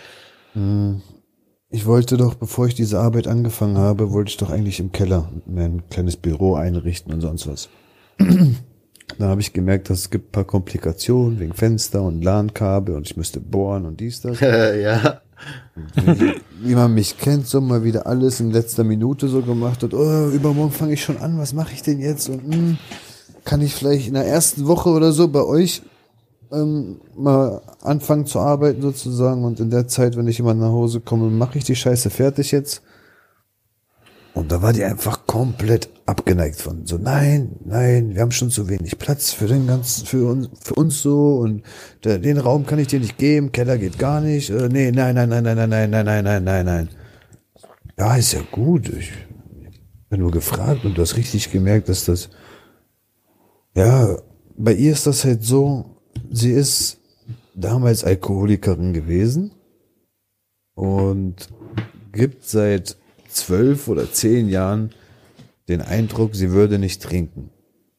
Ich wollte doch, bevor ich diese Arbeit angefangen habe, wollte ich doch eigentlich im Keller mir ein kleines Büro einrichten und sonst was. Dann habe ich gemerkt, dass es gibt ein paar Komplikationen wegen Fenster und LAN-Kabel und ich müsste bohren und dies, das. Ja. Wie, wie man mich kennt, so mal wieder alles in letzter Minute so gemacht hat. Oh, übermorgen fange ich schon an, was mache ich denn jetzt? Und mh, kann ich vielleicht in der ersten Woche oder so bei euch ähm, mal anfangen zu arbeiten sozusagen und in der Zeit, wenn ich immer nach Hause komme, mache ich die Scheiße fertig jetzt. Und da war die einfach komplett abgeneigt von so, nein, nein, wir haben schon zu wenig Platz für den ganzen, für uns, für uns so und der, den Raum kann ich dir nicht geben, Keller geht gar nicht, äh, nee, nein, nein, nein, nein, nein, nein, nein, nein, nein, nein, nein. Ja, ist ja gut, ich bin nur gefragt und du hast richtig gemerkt, dass das, ja, bei ihr ist das halt so, sie ist damals Alkoholikerin gewesen und gibt seit zwölf oder zehn Jahren den Eindruck, sie würde nicht trinken.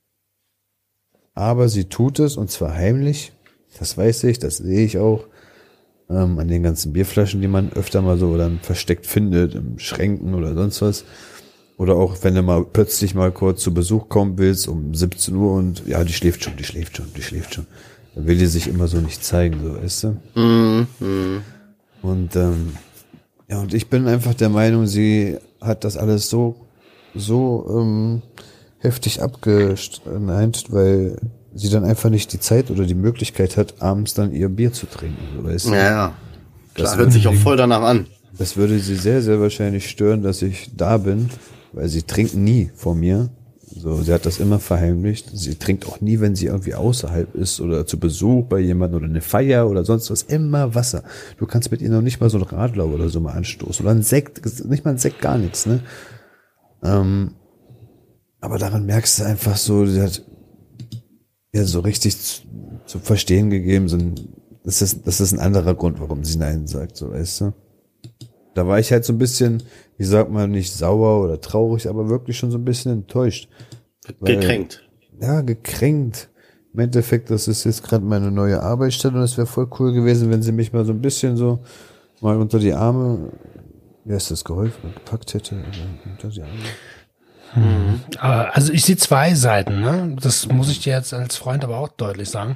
Aber sie tut es und zwar heimlich. Das weiß ich, das sehe ich auch ähm, an den ganzen Bierflaschen, die man öfter mal so dann versteckt findet, im Schränken oder sonst was. Oder auch, wenn du mal plötzlich mal kurz zu Besuch kommen willst, um siebzehn Uhr und ja, die schläft schon, die schläft schon, die schläft schon. Dann will die sich immer so nicht zeigen, so, weißt du? Mhm. Mhm. Und ähm, ja, und ich bin einfach der Meinung, sie hat das alles so, so ähm, heftig abgeneigt, weil sie dann einfach nicht die Zeit oder die Möglichkeit hat, abends dann ihr Bier zu trinken. So, weißt du? Ja, ja. Das Klar, hört sich auch voll danach an. Das würde sie sehr, sehr wahrscheinlich stören, dass ich da bin, weil sie trinkt nie vor mir. So, sie hat das immer verheimlicht. Sie trinkt auch nie, wenn sie irgendwie außerhalb ist oder zu Besuch bei jemandem oder eine Feier oder sonst was. Immer Wasser. Du kannst mit ihr noch nicht mal so einen Radler oder so mal anstoßen. Oder ein Sekt, nicht mal ein Sekt, gar nichts, ne? Ähm, aber daran merkst du einfach so, sie hat ja so richtig zu, zu verstehen gegeben, so ein, das ist, das ist ein anderer Grund, warum sie Nein sagt, so, weißt du? Da war ich halt so ein bisschen, wie sagt man, nicht sauer oder traurig, aber wirklich schon so ein bisschen enttäuscht. Weil, Gekränkt. ja, gekränkt. Im Endeffekt, das ist jetzt gerade meine neue Arbeitsstelle und es wäre voll cool gewesen, wenn sie mich mal so ein bisschen so mal unter die Arme, wie heißt das, geholfen, gepackt hätte. Oder unter die Arme. Mhm. Also ich sehe zwei Seiten, ne? Das muss ich dir jetzt als Freund aber auch deutlich sagen.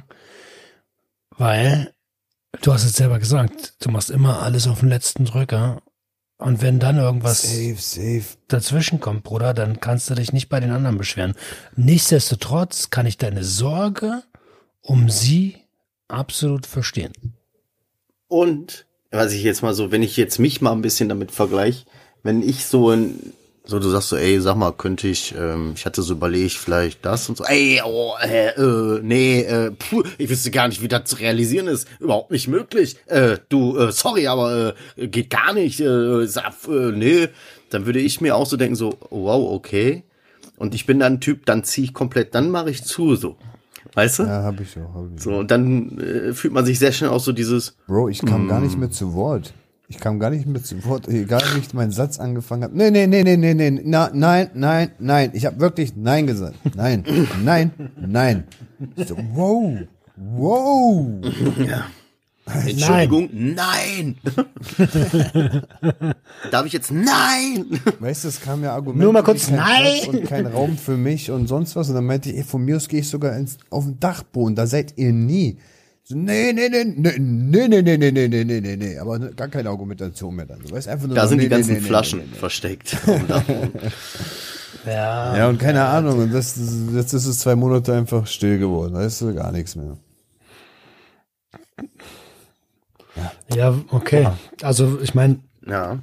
Weil, du hast es selber gesagt, du machst immer alles auf den letzten Drücker Und wenn dann irgendwas Safe, safe. dazwischen kommt, Bruder, dann kannst du dich nicht bei den anderen beschweren. Nichtsdestotrotz kann ich deine Sorge um sie absolut verstehen. Und, was ich jetzt mal so, wenn ich jetzt mich mal ein bisschen damit vergleiche, wenn ich so ein, so du sagst so, ey, sag mal, könnte ich, ähm, ich hatte so überlegt, vielleicht das und so, ey, oh, äh, äh nee, äh, puh, ich wüsste gar nicht, wie das zu realisieren ist, überhaupt nicht möglich, äh, du, äh, sorry, aber äh, geht gar nicht, äh, sag, äh, nee, dann würde ich mir auch so denken, so, wow, okay, und ich bin dann ein Typ, dann ziehe ich komplett, dann mache ich zu, so. Weißt du? Ja, hab ich auch. Hab ich so, und dann äh, fühlt man sich sehr schnell auch so dieses... Bro, ich kam mm. gar nicht mehr zu Wort. Ich kam gar nicht mehr zu Wort, egal wie ich meinen Satz angefangen habe. Nee, nee, nee, nee, nee, nee, na, nein, nein, nein. Ich habe wirklich Nein gesagt. Nein, nein, nein. Ich so, wow, wow. Ja. Entschuldigung, nein. nein. Darf ich jetzt nein? Weißt du, es kam ja Argumente. Nur mal kurz, kein nein. Platz und kein Raum für mich und sonst was. Und dann meinte ich, ey, von mir aus gehe ich sogar ins, auf den Dachboden. Da seid ihr nie. So, nee, nee, nee, nee, nee, nee, nee, nee, nee, nee, nee, nee, nee. Aber gar keine Argumentation mehr dann. Du weißt einfach nur da noch, sind nee, die ganzen nee, nee, Flaschen nee, nee, nee. versteckt. Ja. Ja, und keine Ahnung. Und das, jetzt ist es zwei Monate einfach still geworden. Weißt du, gar nichts mehr. Ja, okay. Also ich meine, Ja.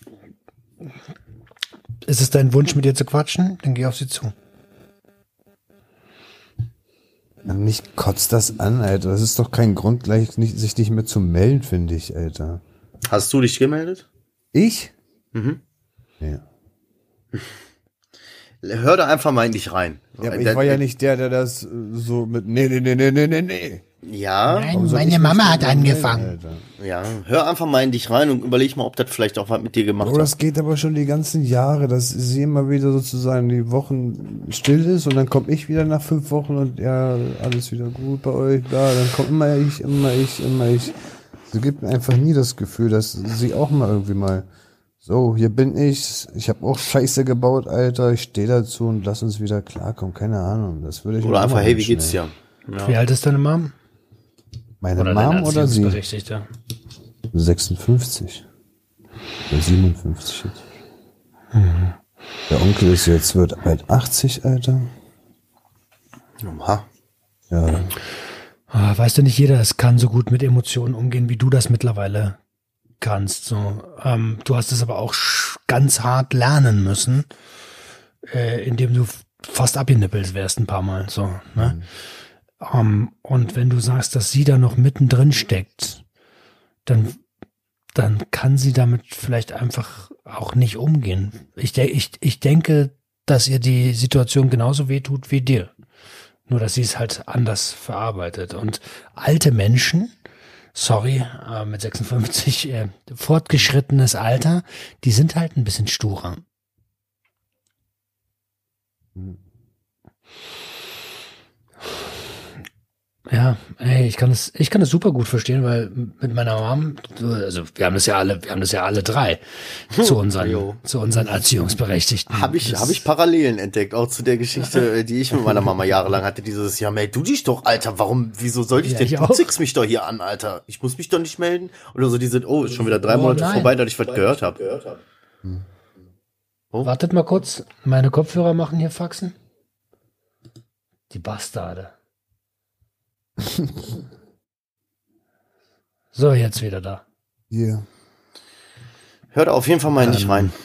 ist es dein Wunsch, mit ihr zu quatschen? Dann geh auf sie zu. Mich kotzt das an, Alter. Das ist doch kein Grund, gleich nicht, sich nicht mehr zu melden, finde ich, Alter. Hast du dich gemeldet? Ich? Mhm. Ja. Hör da einfach mal in dich rein. Ja, aber ich war ja nicht der, der das so mit nee, nee, nee, nee, nee, nee, nee. Ja, Nein, Warum soll ich meine mich Mama denn hat melden, angefangen. Alter? ja. Hör einfach mal in dich rein und überleg mal, ob das vielleicht auch was mit dir gemacht Bro, hat. das geht aber schon die ganzen Jahre, dass sie immer wieder sozusagen die Wochen still ist und dann komme ich wieder nach fünf Wochen und ja, alles wieder gut bei euch, da, dann kommt immer ich, immer ich, immer ich. Sie gibt mir einfach nie das Gefühl, dass sie auch mal irgendwie mal so, hier bin ich, ich habe auch Scheiße gebaut, Alter, ich stehe dazu und lass uns wieder klarkommen, keine Ahnung, das würde ich Oder mir auch einfach, mal hey, wie wünschen, geht's ey. dir? Ja. Wie alt ist deine Mom? Meine Oder Mom dein oder sie? Erziehungsberechtigter? sechsundfünfzig. Oder siebenundfünfzig jetzt. Mhm. Der Onkel ist jetzt, wird bald achtzig, Alter. Oha. Ja. Ah, weißt du, nicht jeder es kann so gut mit Emotionen umgehen, wie du das mittlerweile kannst. So, ähm, du hast es aber auch sch- ganz hart lernen müssen, äh, indem du f- fast abgenippelt wärst ein paar Mal. So, ne? Mhm. Um, und wenn du sagst, dass sie da noch mittendrin steckt, dann, dann kann sie damit vielleicht einfach auch nicht umgehen. Ich, de- ich, ich denke, dass ihr die Situation genauso wehtut wie dir. Nur, dass sie es halt anders verarbeitet. Und alte Menschen, sorry, äh, mit sechsundfünfzig, äh, fortgeschrittenes Alter, die sind halt ein bisschen sturer. Mhm. Ja, ey, ich kann es, ich kann es super gut verstehen, weil mit meiner Mom, also wir haben das ja alle, wir haben das ja alle drei zu unseren, Jo. zu unseren Erziehungsberechtigten. Habe ich, Das- hab ich Parallelen entdeckt, auch zu der Geschichte, die ich mit meiner Mama jahrelang hatte. Dieses, ja, meld du dich doch, Alter, warum, wieso soll ich Ja, denn, ich du auch. zickst mich doch hier an, Alter. Ich muss mich doch nicht melden. Oder so diese, oh, ist schon wieder drei Oh, Monate nein. vorbei, dass ich was gehört habe. Wartet mal kurz, meine Kopfhörer machen hier Faxen. Die Bastarde. So, jetzt wieder da. Hier. Hör da auf jeden Fall mal in dich Ähm, rein.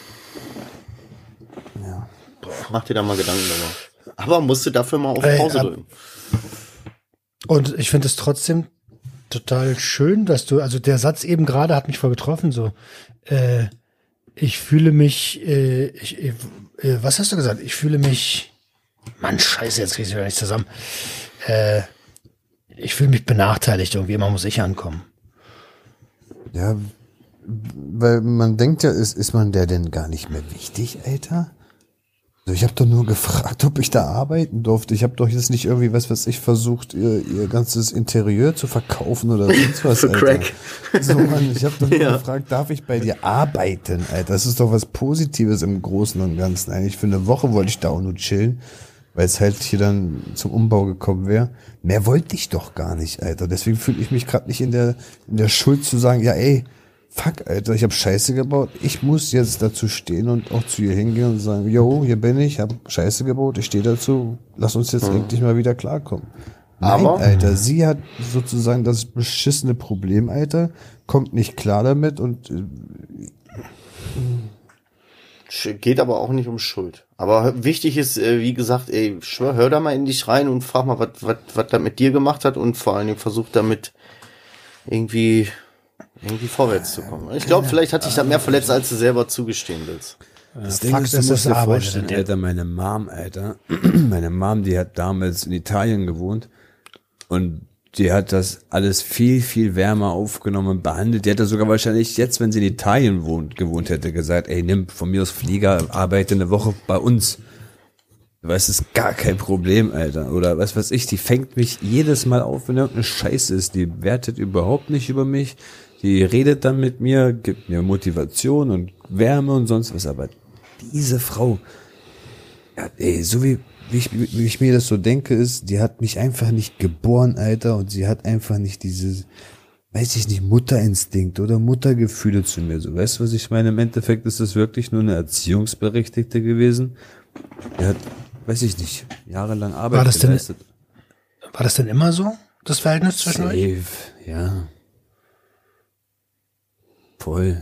Ja. Mach dir da mal Gedanken darüber. Aber musst du dafür mal auf Ey, Pause ab- drücken. Und ich finde es trotzdem total schön, dass du, also der Satz eben gerade hat mich voll getroffen, so, äh, ich fühle mich, äh, ich, äh, was hast du gesagt? Ich fühle mich, Mann, scheiße, jetzt krieg ich wieder nicht zusammen. Äh, ich fühle mich benachteiligt irgendwie, immer muss ich ankommen. Ja, weil man denkt ja, ist, ist man der denn gar nicht mehr wichtig, Alter? Also ich habe doch nur gefragt, ob ich da arbeiten durfte. Ich habe doch jetzt nicht irgendwie, was weiß ich, versucht, ihr, ihr ganzes Interieur zu verkaufen oder sonst was, Für Alter. Crack. So, Mann, ich habe doch nur Ja. gefragt, darf ich bei dir arbeiten, Alter? Das ist doch was Positives im Großen und Ganzen. Eigentlich für eine Woche wollte ich da auch nur chillen, weil es halt hier dann zum Umbau gekommen wäre. Mehr wollte ich doch gar nicht, Alter. Deswegen fühle ich mich gerade nicht in der, in der Schuld zu sagen, ja ey, fuck, Alter, ich habe Scheiße gebaut. Ich muss jetzt dazu stehen und auch zu ihr hingehen und sagen, yo, hier bin ich, hab Scheiße gebaut, ich stehe dazu, lass uns jetzt mhm. endlich mal wieder klarkommen. Nein, aber, Alter, sie hat sozusagen das beschissene Problem, Alter, kommt nicht klar damit und äh, geht aber auch nicht um Schuld. Aber wichtig ist, äh, wie gesagt, ey, schwör, hör da mal in dich rein und frag mal, was was was das mit dir gemacht hat und vor allen Dingen versuch damit irgendwie irgendwie vorwärts zu kommen. Ich glaube, vielleicht hat dich das mehr verletzt, als du selber zugestehen willst. Das Ding ist, du musst dir vorstellen, Alter, meine Mom, Alter, meine Mom, die hat damals in Italien gewohnt und die hat das alles viel, viel wärmer aufgenommen und behandelt. Die hätte sogar wahrscheinlich jetzt, wenn sie in Italien wohnt, gewohnt hätte, gesagt, ey, nimm von mir aus Flieger, arbeite eine Woche bei uns. Du weißt, das ist gar kein Problem, Alter. Oder was weiß ich, die fängt mich jedes Mal auf, wenn irgendeine Scheiße ist. Die wertet überhaupt nicht über mich. Die redet dann mit mir, gibt mir Motivation und Wärme und sonst was. Aber diese Frau, ja, ey, so wie Wie ich, wie ich mir das so denke, ist, die hat mich einfach nicht geboren, Alter, und sie hat einfach nicht dieses, weiß ich nicht, Mutterinstinkt oder Muttergefühle zu mir. So, weißt du, was ich meine? Im Endeffekt ist das wirklich nur eine Erziehungsberechtigte gewesen. Die hat, weiß ich nicht, jahrelang Arbeit war das geleistet. Denn, war das denn immer so, das Verhältnis zwischen Safe, euch? Ja. Voll.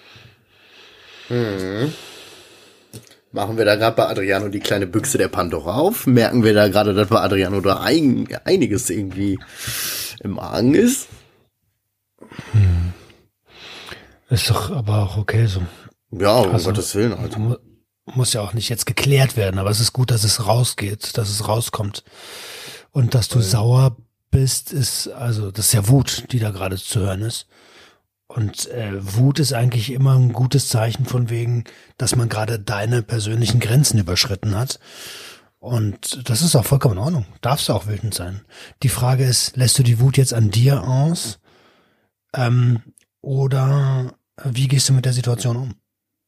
Mhm. Machen wir da gerade bei Adriano die kleine Büchse der Pandora auf? Merken wir da gerade, dass bei Adriano da ein, einiges irgendwie im Argen ist? Hm. Ist doch aber auch okay so. Ja, um also, Gottes Willen, Alter. Mu muss ja auch nicht jetzt geklärt werden, aber es ist gut, dass es rausgeht, dass es rauskommt. Und dass du ja. sauer bist, ist, also, das ist ja Wut, die da gerade zu hören ist. Und äh, Wut ist eigentlich immer ein gutes Zeichen von wegen, dass man gerade deine persönlichen Grenzen überschritten hat. Und das ist auch vollkommen in Ordnung. Darfst du auch wütend sein. Die Frage ist, lässt du die Wut jetzt an dir aus? Ähm, oder wie gehst du mit der Situation um?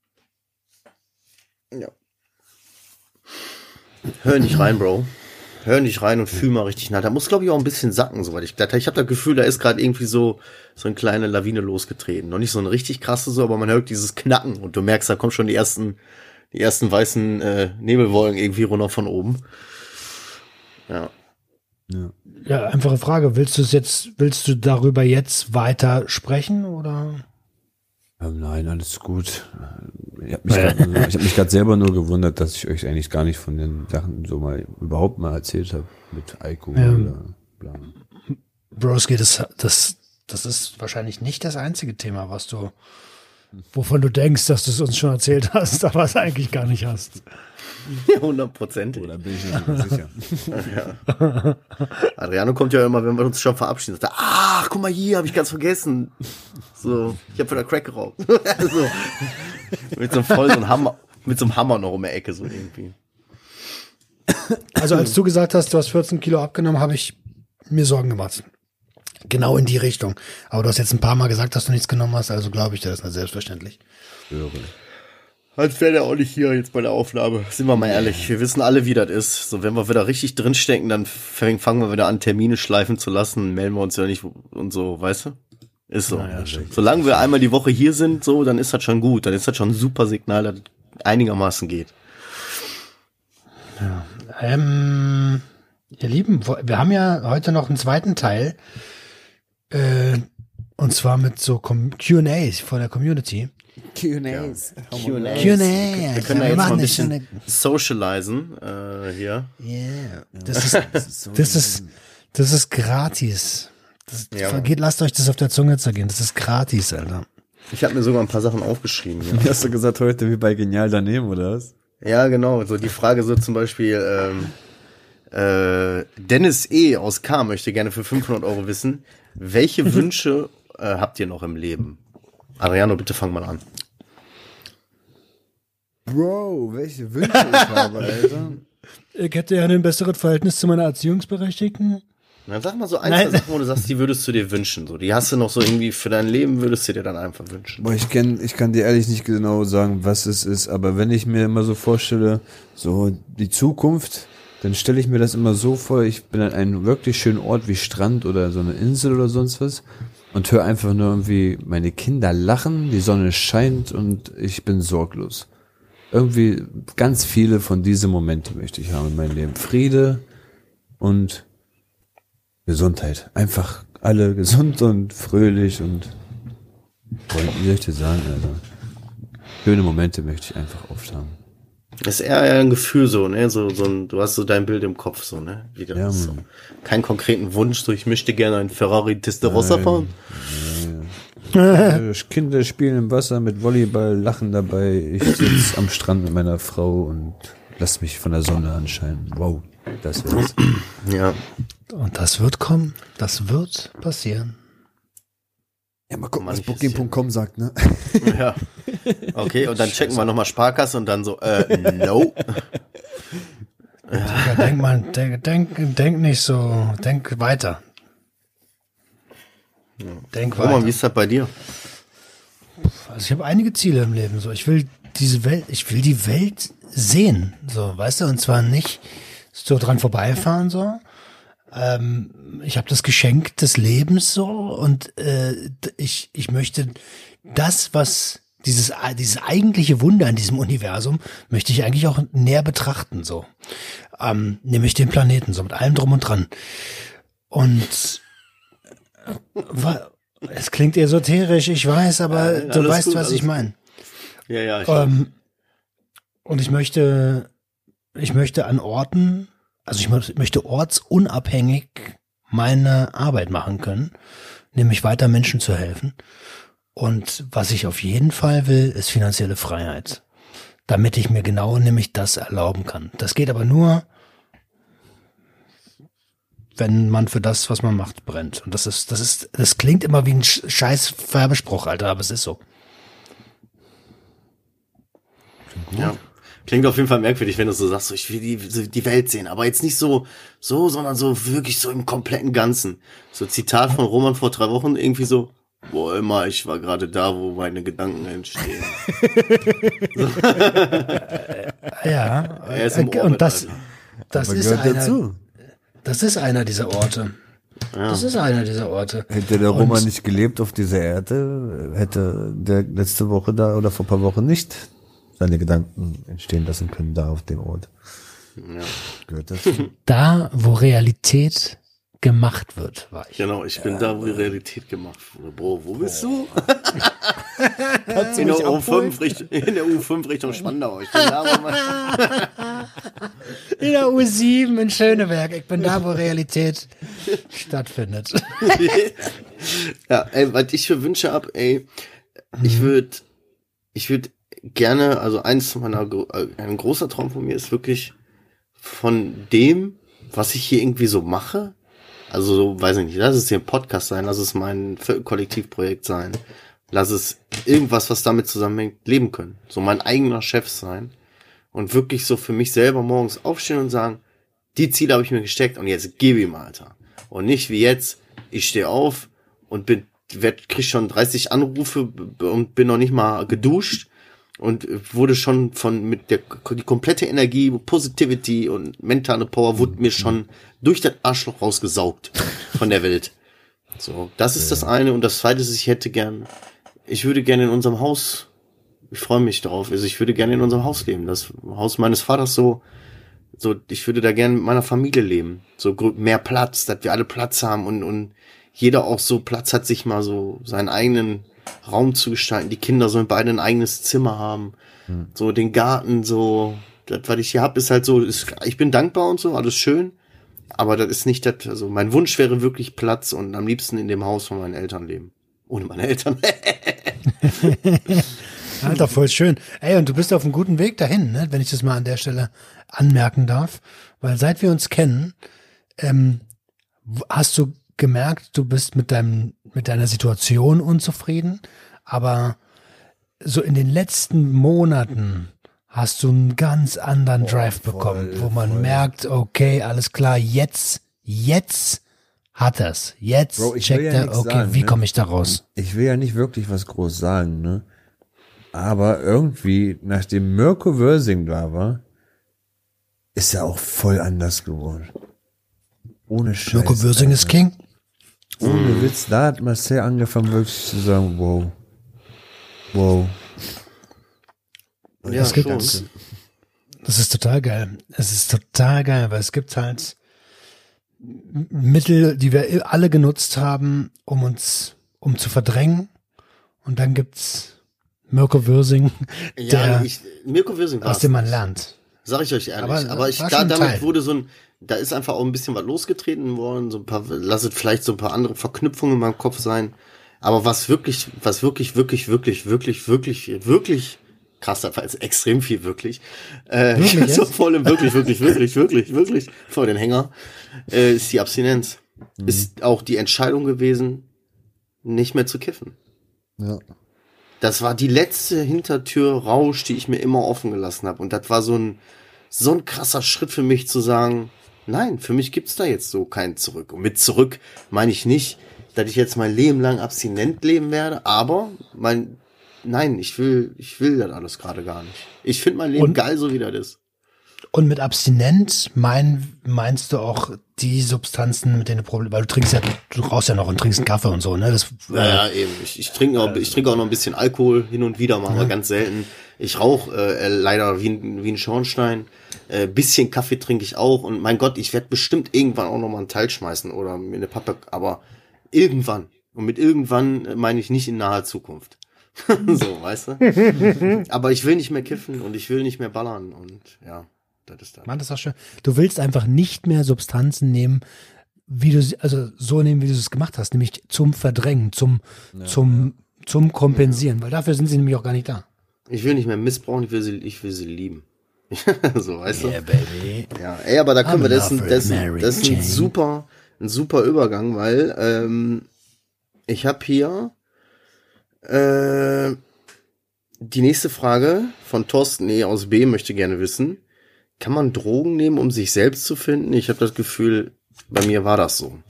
Ja. Hör nicht rein, Bro. Hör nicht rein und fühl mal richtig nach. Da muss, glaube ich, auch ein bisschen sacken, soweit ich glaube. Ich habe das Gefühl, da ist gerade irgendwie so so eine kleine Lawine losgetreten. Noch nicht so eine richtig krasse so, aber man hört dieses Knacken und du merkst, da kommen schon die ersten die ersten weißen äh, Nebelwolken irgendwie runter von oben. Ja. Ja. Ja, einfache Frage. Willst du es jetzt, willst du darüber jetzt weiter sprechen oder? Ähm, nein, alles gut. Ich habe mich gerade hab mich gerade selber nur gewundert, dass ich euch eigentlich gar nicht von den Sachen so mal überhaupt mal erzählt habe mit Alkohol ja. oder bla. Broski, das, das, das ist wahrscheinlich nicht das einzige Thema, was du, wovon du denkst, dass du es uns schon erzählt hast, aber es eigentlich gar nicht hast. Hundertprozentig. Oder bin ich mir nicht sicher. Ja. Adriano kommt ja immer, wenn wir uns schon verabschieden, sagt er, ach, guck mal hier, habe ich ganz vergessen. So, ich habe wieder Crack geraucht. so. Mit so einem voll so einem Hammer, mit so einem Hammer noch um die Ecke, so irgendwie. Also als du gesagt hast, du hast vierzehn Kilo abgenommen, habe ich mir Sorgen gemacht. Genau in die Richtung. Aber du hast jetzt ein paar Mal gesagt, dass du nichts genommen hast, also glaube ich dir das nicht selbstverständlich. Höre. Als wäre der auch nicht hier jetzt bei der Aufnahme. Sind wir mal ehrlich, wir wissen alle, wie das ist. So, wenn wir wieder richtig drinstecken, dann fangen wir wieder an, Termine schleifen zu lassen, melden wir uns ja nicht und so, weißt du? Ist so. Ja, solange wir einmal die Woche hier sind, so, dann ist das schon gut. Dann ist das schon ein super Signal, dass es einigermaßen geht. Ja. Ähm, ihr Lieben, wir haben ja heute noch einen zweiten Teil. Äh, und zwar mit so Q und A's von der Community. Q und A's. Ja. Q und A's. Q und A. Wir können ja, da jetzt mal ein bisschen socialisen äh, hier. Yeah. Das ist, das ist, das ist gratis. Das ja. geht, lasst euch das auf der Zunge zergehen. Das ist gratis, Alter. Ich habe mir sogar ein paar Sachen aufgeschrieben. Ja. Hast du gesagt, heute wie bei Genial daneben, oder was? Ja, genau. So die Frage so zum Beispiel, ähm, äh, Dennis E. aus K. möchte gerne für fünfhundert Euro wissen, welche Wünsche äh, habt ihr noch im Leben? Adriano, bitte fang mal an. Bro, welche Wünsche ich habe, Alter. Ich hätte ja ein besseres Verhältnis zu meiner Erziehungsberechtigten. Dann sag mal so ein, zwei Sachen, wo du sagst, die würdest du dir wünschen. So, die hast du noch so irgendwie für dein Leben, würdest du dir dann einfach wünschen. Boah, ich kenn, ich kann dir ehrlich nicht genau sagen, was es ist, aber wenn ich mir immer so vorstelle, so die Zukunft, dann stelle ich mir das immer so vor, ich bin an einem wirklich schönen Ort wie Strand oder so eine Insel oder sonst was. und höre einfach nur irgendwie meine Kinder lachen, die Sonne scheint und ich bin sorglos. Irgendwie ganz viele von diesen Momente möchte ich haben in meinem Leben. Friede und Gesundheit. Einfach alle gesund und fröhlich und wie soll ich das sagen, Alter? Schöne Momente möchte ich einfach oft haben. Das ist eher ein Gefühl so, ne? So, so ein, du hast so dein Bild im Kopf, so, ne? Wieder Ja, so. Mann. Keinen konkreten Wunsch, so ich möchte gerne einen Ferrari Testarossa fahren. Äh, Kinder spielen im Wasser mit Volleyball, lachen dabei. Ich sitze am Strand mit meiner Frau und lass mich von der Sonne anscheinen. Wow, das wär's. Ja. Und das wird kommen. Das wird passieren. Ja, mal gucken, was Manches, Booking Punkt com sagt, ne? Ja. Okay, und dann checken wir nochmal Sparkasse und dann so, äh, no. Ja, denk mal, denk, denk, denk nicht so, denk weiter. Denk Roman, weiter. wie ist das bei dir? Also ich habe einige Ziele im Leben. So, ich will diese Welt, ich will die Welt sehen. So, weißt du, und zwar nicht so dran vorbeifahren, so. Ähm, ich habe das Geschenk des Lebens so und äh, ich ich möchte das, was dieses dieses eigentliche Wunder in diesem Universum, möchte ich eigentlich auch näher betrachten, so. Ähm, nämlich den Planeten, so mit allem drum und dran. Und wa- es klingt esoterisch, ich weiß, aber Ja, du alles weißt, gut, was alles ich meine. Ja, ja, ich Ähm, und ich möchte, ich möchte an Orten, also ich mö- möchte ortsunabhängig meine Arbeit machen können, nämlich weiter Menschen zu helfen. Und was ich auf jeden Fall will, ist finanzielle Freiheit, damit ich mir genau nämlich das erlauben kann. Das geht aber nur, wenn man für das, was man macht, brennt. Und das ist, das ist, das klingt immer wie ein Sch- scheiß Werbespruch, Alter, aber es ist so. Ja. Klingt auf jeden Fall merkwürdig, wenn du so sagst, so, ich will die, so die Welt sehen, aber jetzt nicht so, so, sondern so wirklich so im kompletten Ganzen. So Zitat von Roman vor drei Wochen, irgendwie so, wo immer, ich war gerade da, wo meine Gedanken entstehen. Ja, Er ist im äh, Orbit, und das, Alter. das Aber ist gehört einer, dazu. das ist einer dieser Orte. Ja. Das ist einer dieser Orte. Hätte der Und- Roman nicht gelebt auf dieser Erde, hätte der letzte Woche da oder vor ein paar Wochen nicht seine Gedanken entstehen lassen können da auf dem Ort. Ja. Gehört dazu. Da, wo Realität gemacht wird, war ich. Genau, ich bin da, wo die Realität gemacht wurde. Bro, wo bist du? in, der U fünf Richtung, in der U fünf Richtung Spandau. Ich bin da, wo man In der U sieben in Schöneberg. Ich bin da, wo Realität stattfindet. Ja, ey, was ich für Wünsche hab, ey, ich würde, ich würde gerne, also eins meiner, gro- äh, ein großer Traum von mir ist wirklich von dem, was ich hier irgendwie so mache, also so, weiß ich nicht, lass es hier ein Podcast sein, lass es mein Kollektivprojekt sein, lass es irgendwas, was damit zusammenhängt, leben können, so mein eigener Chef sein und wirklich so für mich selber morgens aufstehen und sagen, die Ziele habe ich mir gesteckt und jetzt gib ihm, Alter. Und nicht wie jetzt, ich stehe auf und bin, werd, krieg schon dreißig Anrufe b- und bin noch nicht mal geduscht und wurde schon von, mit der, die komplette Energie, Positivity und mentale Power wurde mir schon durch das Arschloch rausgesaugt von der Welt. So, das ist das eine. Und das zweite ist, ich hätte gern, ich würde gerne in unserem Haus, ich freue mich drauf, also ich würde gerne in unserem Haus leben. Das Haus meines Vaters so, so, ich würde da gerne mit meiner Familie leben. So grö- mehr Platz, dass wir alle Platz haben und, und jeder auch so Platz hat, sich mal so seinen eigenen Raum zu gestalten. Die Kinder sollen beide ein eigenes Zimmer haben. So den Garten, so, das, was ich hier hab, ist halt so, ist, ich bin dankbar und so, alles schön. Aber das ist nicht das, also mein Wunsch wäre wirklich Platz und am liebsten in dem Haus von meinen Eltern leben. Ohne meine Eltern. Alter, voll schön. Ey, und du bist auf einem guten Weg dahin, ne? Wenn ich das mal an der Stelle anmerken darf. Weil seit wir uns kennen, ähm, w- hast du gemerkt, du bist mit deinem, mit deiner Situation unzufrieden, aber so in den letzten Monaten hast du einen ganz anderen Drive bekommen, wo man merkt, okay, alles klar, jetzt, jetzt hat er's. Jetzt Bro, ich will checkt ja er, nichts okay, sagen, wie ne? komme ich da raus? Ich will ja nicht wirklich was groß sagen, ne? Aber irgendwie, nachdem Mirko Wörsing da war, ist er auch voll anders geworden. Ohne Scheiß. Mirko Würsing ist Alter. King. Ohne Witz, da hat Marcel angefangen wirklich zu sagen, wow, wow. Ja, das, gibt, schon. das, das ist total geil. Es ist total geil, weil es gibt halt Mittel, die wir alle genutzt haben, um uns, um zu verdrängen. Und dann gibt's Mirko Würsing, Ja, der, ich, Mirko Würsing aus dem man lernt. Sag ich euch ehrlich. Aber Aber, ich, war da, schon ein damit Teil. wurde so ein, da ist einfach auch ein bisschen was losgetreten worden, so ein paar, lasset vielleicht so ein paar andere Verknüpfungen in meinem Kopf sein. Aber was wirklich, was wirklich, wirklich, wirklich, wirklich, wirklich, wirklich, krass, da war jetzt extrem viel wirklich, äh, Wirklich so jetzt? voll im wirklich, wirklich, wirklich, wirklich, wirklich, vor den Hänger, äh, ist die Abstinenz. Mhm. Ist auch die Entscheidung gewesen, nicht mehr zu kiffen. Ja. Das war die letzte Hintertür Rausch, die ich mir immer offen gelassen habe. Und das war so ein, so ein krasser Schritt für mich zu sagen, nein, für mich gibt's da jetzt so kein Zurück. Und mit zurück meine ich nicht, dass ich jetzt mein Leben lang abstinent leben werde, aber mein, nein, ich will, ich will das alles gerade gar nicht. Ich finde mein Leben Und- geil, so wie das ist. Und mit abstinent mein, meinst du auch die Substanzen, mit denen du Probleme, weil du trinkst ja, du rauchst ja noch und trinkst einen Kaffee und so, ne? Das, Ja, ja, eben. Ich, ich trinke auch, ich trinke auch noch ein bisschen Alkohol hin und wieder, mal, aber ganz selten. Ich rauche äh, leider wie ein, wie ein Schornstein. Äh, bisschen Kaffee trinke ich auch. Und mein Gott, ich werde bestimmt irgendwann auch noch mal einen Teil schmeißen oder mir eine Pappe, aber irgendwann. Und mit irgendwann äh, meine ich nicht in naher Zukunft. So, weißt du? Aber ich will nicht mehr kiffen und ich will nicht mehr ballern und ja, das ist das. Mann, das ist auch schön. Du willst einfach nicht mehr Substanzen nehmen, wie du sie, also so nehmen, wie du es gemacht hast, nämlich zum Verdrängen, zum, zum, zum Kompensieren, weil dafür sind sie nämlich auch gar nicht da. Ich will nicht mehr missbrauchen, ich will sie, ich will sie lieben. So, weißt du? baby. Ja, ey, aber da können I'm wir, das, in ist- love das, ist- with Mary das ist ein Jane. super, ein super Übergang, weil ähm, ich habe hier äh, die nächste Frage von Thorsten E. aus B. möchte gerne wissen, kann man Drogen nehmen, um sich selbst zu finden? Ich habe das Gefühl, bei mir war das so.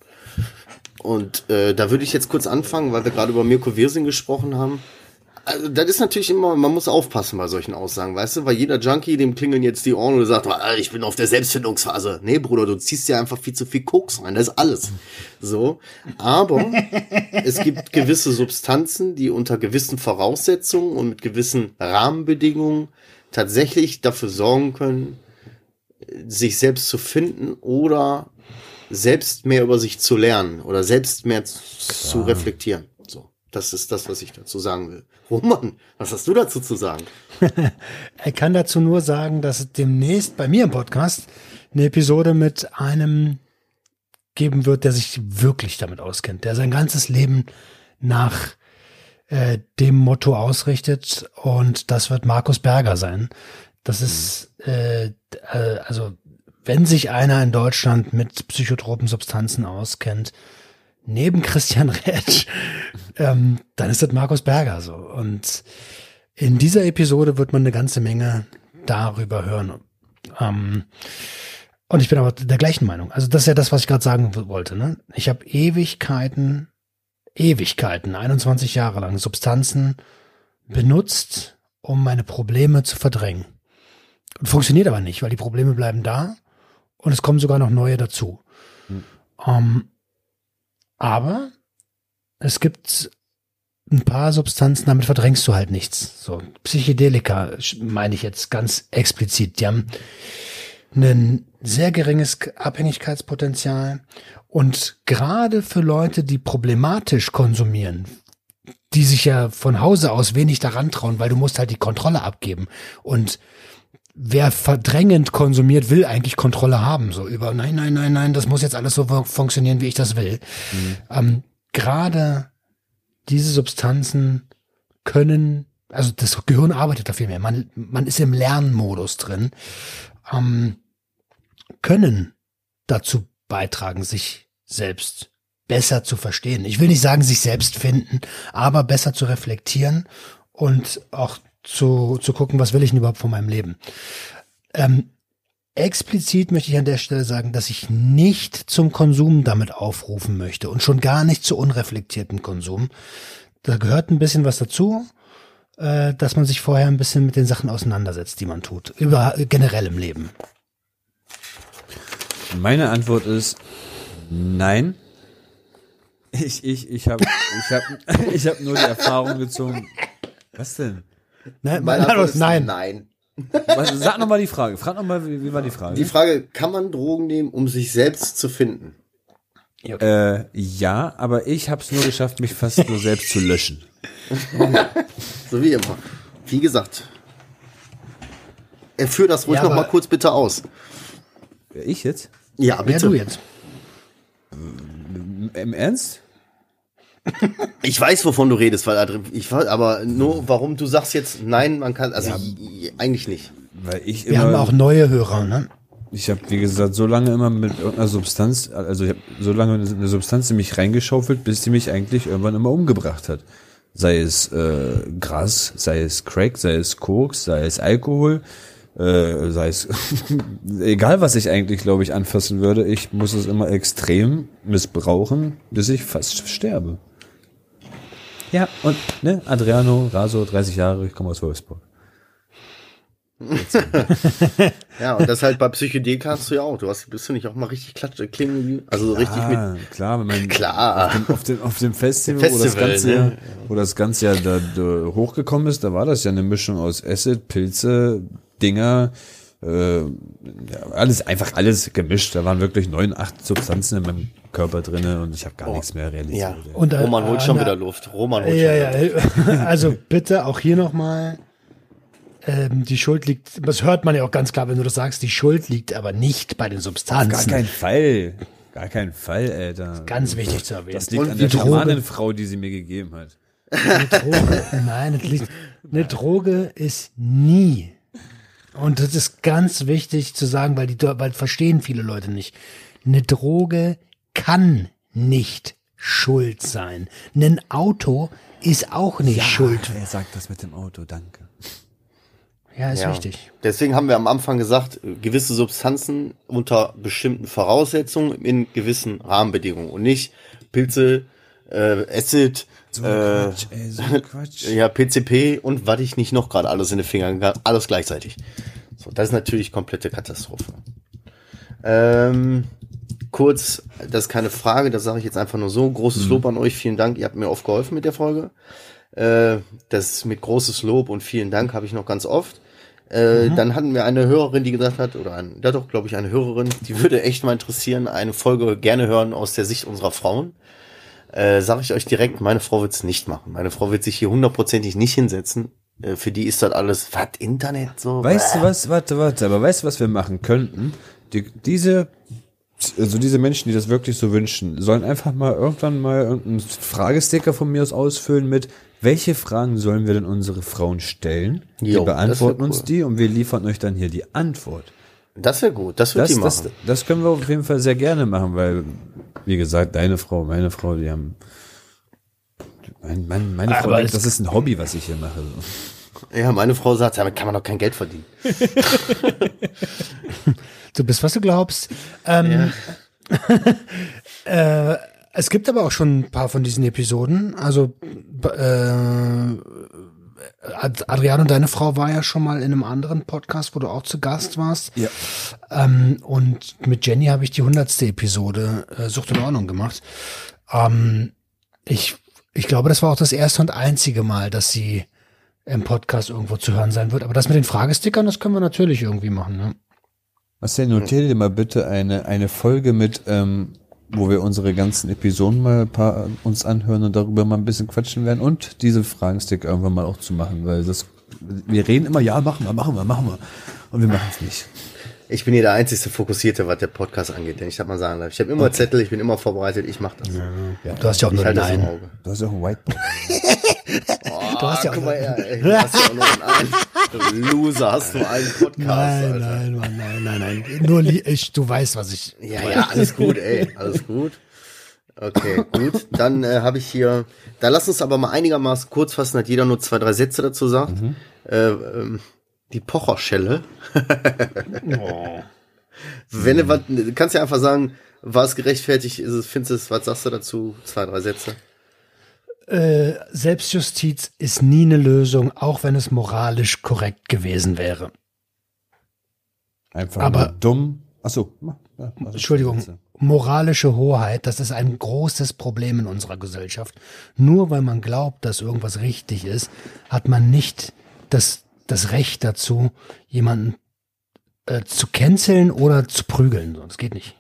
Und äh, da würde ich jetzt kurz anfangen, weil wir gerade über Mirko Wirsing gesprochen haben. Also das ist natürlich immer, man muss aufpassen bei solchen Aussagen, weißt du, weil jeder Junkie, dem klingeln jetzt die Ohren und sagt, ah, ich bin auf der Selbstfindungsphase. Nee, Bruder, du ziehst ja einfach viel zu viel Koks rein, das ist alles. So, aber es gibt gewisse Substanzen, die unter gewissen Voraussetzungen und mit gewissen Rahmenbedingungen tatsächlich dafür sorgen können, sich selbst zu finden oder selbst mehr über sich zu lernen oder selbst mehr zu, zu reflektieren. So, das ist das, was ich dazu sagen will. Roman, was hast du dazu zu sagen? Er kann dazu nur sagen, dass es demnächst bei mir im Podcast eine Episode mit einem geben wird, der sich wirklich damit auskennt, der sein ganzes Leben nach äh, dem Motto ausrichtet, und das wird Markus Berger sein. Das ist, äh, äh, also wenn sich einer in Deutschland mit psychotropen Substanzen auskennt, neben Christian Rätsch, ähm, dann ist das Markus Berger so. Und in dieser Episode wird man eine ganze Menge darüber hören. Ähm, und ich bin aber der gleichen Meinung. Also das ist ja das, was ich gerade sagen wollte. Ne? Ich habe Ewigkeiten, Ewigkeiten, einundzwanzig Jahre lang Substanzen benutzt, um meine Probleme zu verdrängen. Und funktioniert aber nicht, weil die Probleme bleiben da und es kommen sogar noch neue dazu. Hm. Ähm, aber es gibt ein paar Substanzen, damit verdrängst du halt nichts. So Psychedelika meine ich jetzt ganz explizit. Die haben ein sehr geringes Abhängigkeitspotenzial, und gerade für Leute, die problematisch konsumieren, die sich ja von Hause aus wenig daran trauen, weil du musst halt die Kontrolle abgeben. Und wer verdrängend konsumiert, will eigentlich Kontrolle haben. So über, nein, nein, nein, nein, das muss jetzt alles so funktionieren, wie ich das will. Mhm. Ähm, gerade diese Substanzen können, also das Gehirn arbeitet da viel mehr. Man, man ist im Lernmodus drin, ähm, können dazu beitragen, sich selbst besser zu verstehen. Ich will nicht sagen, sich selbst finden, aber besser zu reflektieren und auch zu, zu gucken, was will ich denn überhaupt von meinem Leben. Ähm, explizit möchte ich an der Stelle sagen, dass ich nicht zum Konsum damit aufrufen möchte und schon gar nicht zu unreflektierten Konsum. Da gehört ein bisschen was dazu, äh, dass man sich vorher ein bisschen mit den Sachen auseinandersetzt, die man tut, über generell im Leben. Meine Antwort ist nein. Ich, ich, ich habe ich hab, ich hab nur die Erfahrung gezogen. Was denn? Nein, Meine mein Antwort Antwort ist nein. Nein. Was, sag nochmal die Frage. Frag nochmal, wie, wie war die Frage? Die Frage, kann man Drogen nehmen, um sich selbst zu finden? Äh, ja, aber ich habe es nur geschafft, mich fast nur selbst zu löschen. So wie immer. Wie gesagt. Er führt das ruhig Ja, noch aber- mal kurz bitte aus. Ich jetzt? Ja, Ja, bitte. du jetzt. Im Ernst? Ich weiß, wovon du redest, weil da drin, ich weiß, aber nur, warum du sagst jetzt, nein, man kann, also i- eigentlich nicht. Weil ich Wir immer, haben auch neue Hörer, ne? ich habe, wie gesagt, so lange immer mit irgendeiner Substanz, also ich habe so lange eine Substanz in mich reingeschaufelt, bis die mich eigentlich irgendwann immer umgebracht hat. Sei es äh, Gras, sei es Crack, sei es Koks, sei es Alkohol, äh, sei es egal, was ich eigentlich, glaube ich, anfassen würde, ich muss es immer extrem missbrauchen, bis ich fast sterbe. Ja, und ne, Adriano, Raso, dreißig Jahre, ich komme aus Wolfsburg. Ja, und das halt bei Psychedelika hast du ja auch. Du hast, bist du nicht auch mal richtig klatsch, klingen, also richtig mit, Ah, klar, wenn man klar. Auf, dem, auf, dem, auf dem Festival, Festival, wo das ganze, ne? Jahr, wo das ganze Jahr da, da hochgekommen ist, da war das ja eine Mischung aus Acid, Pilze, Dinger, äh, ja, alles, einfach alles gemischt. Da waren wirklich neun, acht Substanzen in meinem Körper drinne und ich habe gar nichts mehr realisiert. Ja. ey. Und, äh, Roman holt schon äh, wieder Luft. Roman holt Ja, schon wieder ja, also bitte auch hier nochmal, ähm, die Schuld liegt, das hört man ja auch ganz klar, wenn du das sagst, die Schuld liegt aber nicht bei den Auf Substanzen. gar keinen Fall. Gar keinen Fall, Alter. Ganz wichtig zu erwähnen. Das liegt Und an die der Droge- Schamanenfrau, die sie mir gegeben hat. Eine Droge, nein, das liegt, eine Droge ist nie. Und das ist ganz wichtig zu sagen, weil die, weil verstehen viele Leute nicht. Eine Droge kann nicht schuld sein. Ein Auto ist auch nicht schuld. Er sagt das mit dem Auto, danke. Ja, ist Ja. wichtig. Deswegen haben wir am Anfang gesagt, gewisse Substanzen unter bestimmten Voraussetzungen in gewissen Rahmenbedingungen und nicht Pilze, äh, Acid, So äh, Quatsch, ey, so Quatsch. ja, P C P und was ich nicht noch gerade alles in den Fingern gehabt, alles gleichzeitig. So, das ist natürlich komplette Katastrophe. Ähm, kurz, das ist keine Frage, das sage ich jetzt einfach nur so. Großes Lob an euch, vielen Dank, ihr habt mir oft geholfen mit der Folge. Äh, das mit großes Lob und vielen Dank habe ich noch ganz oft. Äh, Dann hatten wir eine Hörerin, die gesagt hat, oder ein, ja doch, glaube ich, eine Hörerin, die würde echt mal interessieren, eine Folge gerne hören aus der Sicht unserer Frauen. Äh, sage ich euch direkt, meine Frau wird's nicht machen. Meine Frau wird sich hier hundertprozentig nicht hinsetzen. Äh, für die ist das alles, was, Internet so? Weißt du was, warte, warte, aber weißt du, was wir machen könnten? Die, diese, also diese Menschen, die das wirklich so wünschen, sollen einfach mal irgendwann mal irgendeinen Fragesticker von mir aus ausfüllen mit, welche Fragen sollen wir denn unsere Frauen stellen? Die Jo, beantworten das wär uns cool. die und wir liefern euch dann hier die Antwort. Das wäre gut, das wird Das, die das, machen. das können wir auf jeden Fall sehr gerne machen, weil, wie gesagt, deine Frau, meine Frau, die haben, mein, mein, meine Frau Aber denkt, es- das ist ein Hobby, was ich hier mache. So. Ja, meine Frau sagt, damit kann man doch kein Geld verdienen. Du bist, was du glaubst. Ähm, äh, es gibt aber auch schon ein paar von diesen Episoden. Also äh, Ad- Adriano, deine Frau war ja schon mal in einem anderen Podcast, wo du auch zu Gast warst. Ja. Ähm, und mit Jenny habe ich die hundertste Episode äh, Sucht und Ordnung gemacht. Ähm, ich, ich glaube, das war auch das erste und einzige Mal, dass sie im Podcast irgendwo zu hören sein wird. Aber das mit den Fragestickern, das können wir natürlich irgendwie machen. Ne? Marcel, notiere dir mal bitte eine, eine Folge mit, ähm, wo wir unsere ganzen Episoden mal ein paar uns anhören und darüber mal ein bisschen quatschen werden und diese Fragenstick irgendwann mal auch zu machen, weil das, wir reden immer, ja, machen wir, machen wir, machen wir. Und wir machen es nicht. Ich bin hier der einzigste Fokussierte, was der Podcast angeht, denn ich habe mal sagen darf. Ich habe immer Zettel, ich bin immer vorbereitet, ich mache das. Du hast ja auch Ich nur halte das im Nein. Auge. Du hast ja auch ein Whiteboard. Oh, Du hast ja auch guck noch- mal her, ey, du hast ja auch noch einen. Du Loser, hast du einen Podcast, Nein, Alter. nein, nein, nein, nein, nein. Nur li- ich, du weißt, was ich. Ja, ja, alles gut, ey, alles gut. Okay, gut. Dann äh, habe ich hier, da lass uns aber mal einigermaßen kurz fassen, hat jeder nur zwei, drei Sätze dazu sagt. Mhm. Äh, ähm, die Pocherschelle. Oh. Wenn du was, du kannst ja einfach sagen, war es gerechtfertigt, ist es, findest du es, was sagst du dazu? Zwei, drei Sätze. Äh, Selbstjustiz ist nie eine Lösung, auch wenn es moralisch korrekt gewesen wäre. Einfach Aber- nur dumm. Achso. Ja, also Entschuldigung. Sätze. moralische Hoheit, das ist ein großes Problem in unserer Gesellschaft. Nur weil man glaubt, dass irgendwas richtig ist, hat man nicht das, das Recht dazu, jemanden äh, zu canceln oder zu prügeln. So, das geht nicht.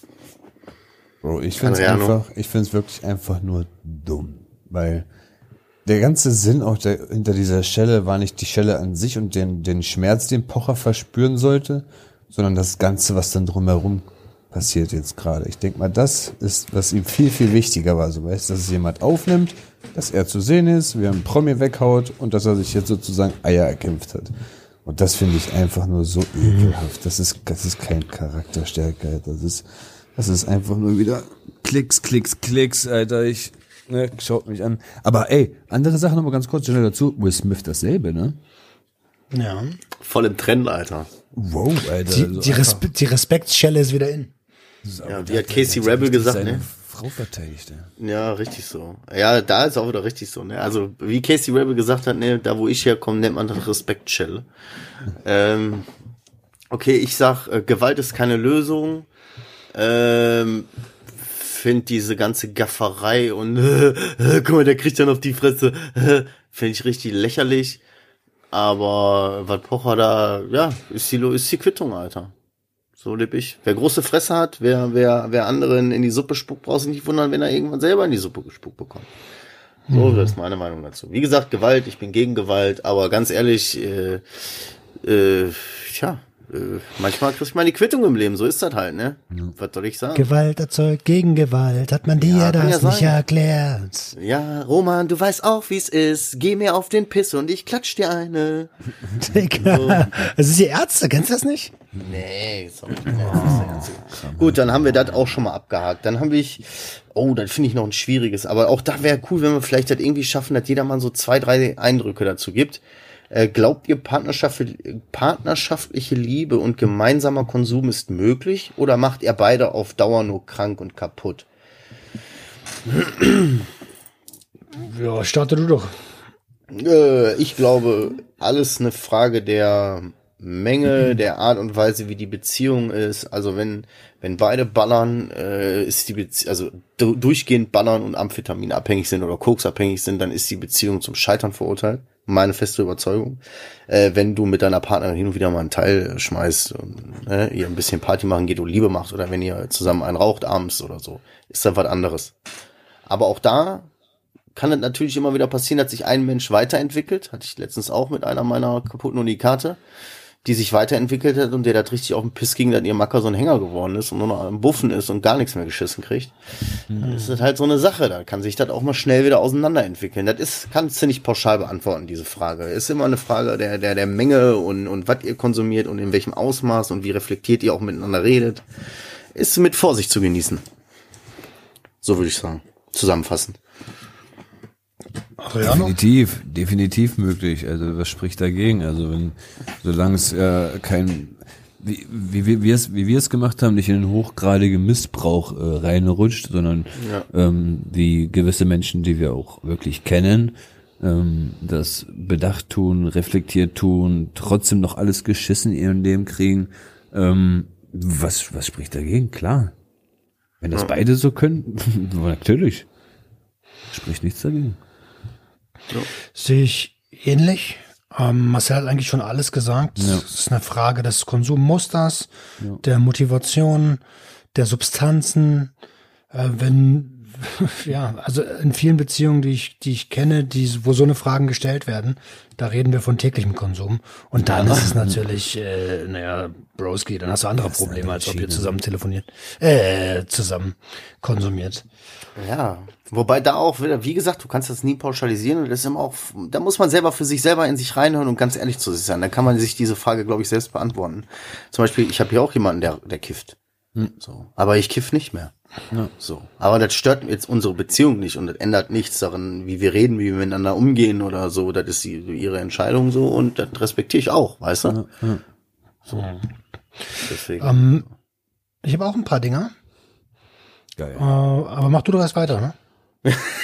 Bro, ich finde es Adriano. einfach, ich finde es wirklich einfach nur dumm, weil der ganze Sinn auch der, hinter dieser Schelle war nicht die Schelle an sich und den, den Schmerz, den Pocher verspüren sollte, sondern das Ganze, was dann drumherum passiert jetzt gerade. Ich denke mal, das ist, was ihm viel, viel wichtiger war. So, weißt, dass es jemand aufnimmt, dass er zu sehen ist, wie er einen Promi weghaut und dass er sich jetzt sozusagen Eier erkämpft hat. Und das finde ich einfach nur so ekelhaft. Das ist, das ist kein Charakterstärke, Alter. Das ist, das ist einfach nur wieder Klicks, Klicks, Klicks, Alter. Ich, ne, schaut mich an. Aber ey, andere Sache nochmal ganz kurz schnell dazu. Will Smith dasselbe, ne? Ja. Voll im Trend, Alter. Wow, Alter. Die, also die, Respe die Respektsschelle ist wieder in. Ja, wie hat Casey Rebel gesagt, seine ne? Frau verteidigt, ja. Ja, richtig so. Ja, da ist auch wieder richtig so, ne? Also, wie Casey Rebel gesagt hat, ne, da wo ich herkomme, nennt man das Respektschelle. ähm, okay, ich sag, äh, Gewalt ist keine Lösung. Ähm, find diese ganze Gafferei und äh, äh, guck mal, der kriegt dann auf die Fresse, äh, finde ich richtig lächerlich. Aber was Pocher da, ja, ist die, ist die Quittung, Alter. So leb ich. Wer große Fresse hat, wer, wer, wer anderen in die Suppe spuckt, braucht sich nicht wundern, wenn er irgendwann selber in die Suppe gespuckt bekommt. So, mhm. Das ist meine Meinung dazu. Wie gesagt, Gewalt, ich bin gegen Gewalt, aber ganz ehrlich, äh, äh, tja, äh, manchmal kriegt man die Quittung im Leben, so ist das halt, ne? Ja. Was soll ich sagen? Gewalt erzeugt Gegengewalt, hat man dir Ja, kann das ja nicht sein. erklärt? Ja, Roman, du weißt auch, wie's ist. Geh mir auf den Piss und ich klatsch dir eine. Digga, das ist die Ärzte, kennst du das nicht? Nee, sorry. Nee, das ist der Einzige. Gut, dann haben wir das auch schon mal abgehakt. Dann haben wir, ich, oh, das finde ich noch ein schwieriges, aber auch da wäre cool, wenn wir vielleicht das irgendwie schaffen, dass jeder mal so zwei, drei Eindrücke dazu gibt. Äh, glaubt ihr, Partnerschaft, partnerschaftliche Liebe und gemeinsamer Konsum ist möglich oder macht ihr beide auf Dauer nur krank und kaputt? Ja, starte du doch. Äh, ich glaube, alles eine Frage der Menge, der Art und Weise, wie die Beziehung ist. Also wenn wenn beide ballern, äh, ist die Bezie- also du- durchgehend ballern und amphetaminabhängig sind oder koksabhängig sind, dann ist die Beziehung zum Scheitern verurteilt. Meine feste Überzeugung. Äh, wenn du mit deiner Partnerin hin und wieder mal einen Teil schmeißt und äh, ihr ein bisschen Party machen geht und Liebe macht oder wenn ihr zusammen einen raucht abends oder so, ist das was anderes. Aber auch da kann es natürlich immer wieder passieren, dass sich ein Mensch weiterentwickelt. Hatte ich letztens auch mit einer meiner kaputten Unikate, die sich weiterentwickelt hat und der da richtig auf den Piss ging, dass ihr Macker so ein Hänger geworden ist und nur noch am Buffen ist und gar nichts mehr geschissen kriegt. Mhm. Dann ist das halt so eine Sache. Da kann sich das auch mal schnell wieder auseinanderentwickeln. Das ist, kannst du nicht pauschal beantworten, diese Frage. Ist immer eine Frage der, der, der Menge und, und was ihr konsumiert und in welchem Ausmaß und wie reflektiert ihr auch miteinander redet. Ist mit Vorsicht zu genießen. So würde ich sagen. Zusammenfassend. Definitiv, definitiv möglich. Also was spricht dagegen? Also wenn, solange es äh, kein, wie, wie, wie wir es, wie wir es gemacht haben, nicht in den hochgradigen Missbrauch äh, reinrutscht, sondern Ja. ähm, wie gewisse Menschen, die wir auch wirklich kennen, ähm, das bedacht tun, reflektiert tun, trotzdem noch alles geschissen in ihrem Leben kriegen. Ähm, was, was spricht dagegen? Klar. Wenn das Ja. beide so können, natürlich. Spricht nichts dagegen. Sehe ich ähnlich. Ähm, Marcel hat eigentlich schon alles gesagt. Ja. Es ist eine Frage des Konsummusters, Ja. der Motivation, der Substanzen. Äh, wenn, ja, also in vielen Beziehungen, die ich, die ich kenne, die, wo so eine Fragen gestellt werden, da reden wir von täglichem Konsum. Und dann Ja. ist es natürlich, äh, naja, Broski, dann hast du andere Probleme, als ob ihr Schiene. zusammen telefoniert, äh, zusammen konsumiert. Ja, wobei da auch wieder, wie gesagt, du kannst das nie pauschalisieren und das ist immer auch, da muss man selber für sich selber in sich reinhören und ganz ehrlich zu sich sein. Da kann man sich diese Frage, glaube ich, selbst beantworten. Zum Beispiel, ich habe hier auch jemanden, der, der kifft. Hm. So, aber ich kiff nicht mehr. Ja. So, aber das stört jetzt unsere Beziehung nicht und das ändert nichts daran, wie wir reden, wie wir miteinander umgehen oder so. Das ist die, ihre Entscheidung so und das respektiere ich auch, weißt du? Ja, ja. So. Deswegen. Ähm, ich habe auch ein paar Dinger. Geil. Äh, aber mach du doch erst weiter, ne?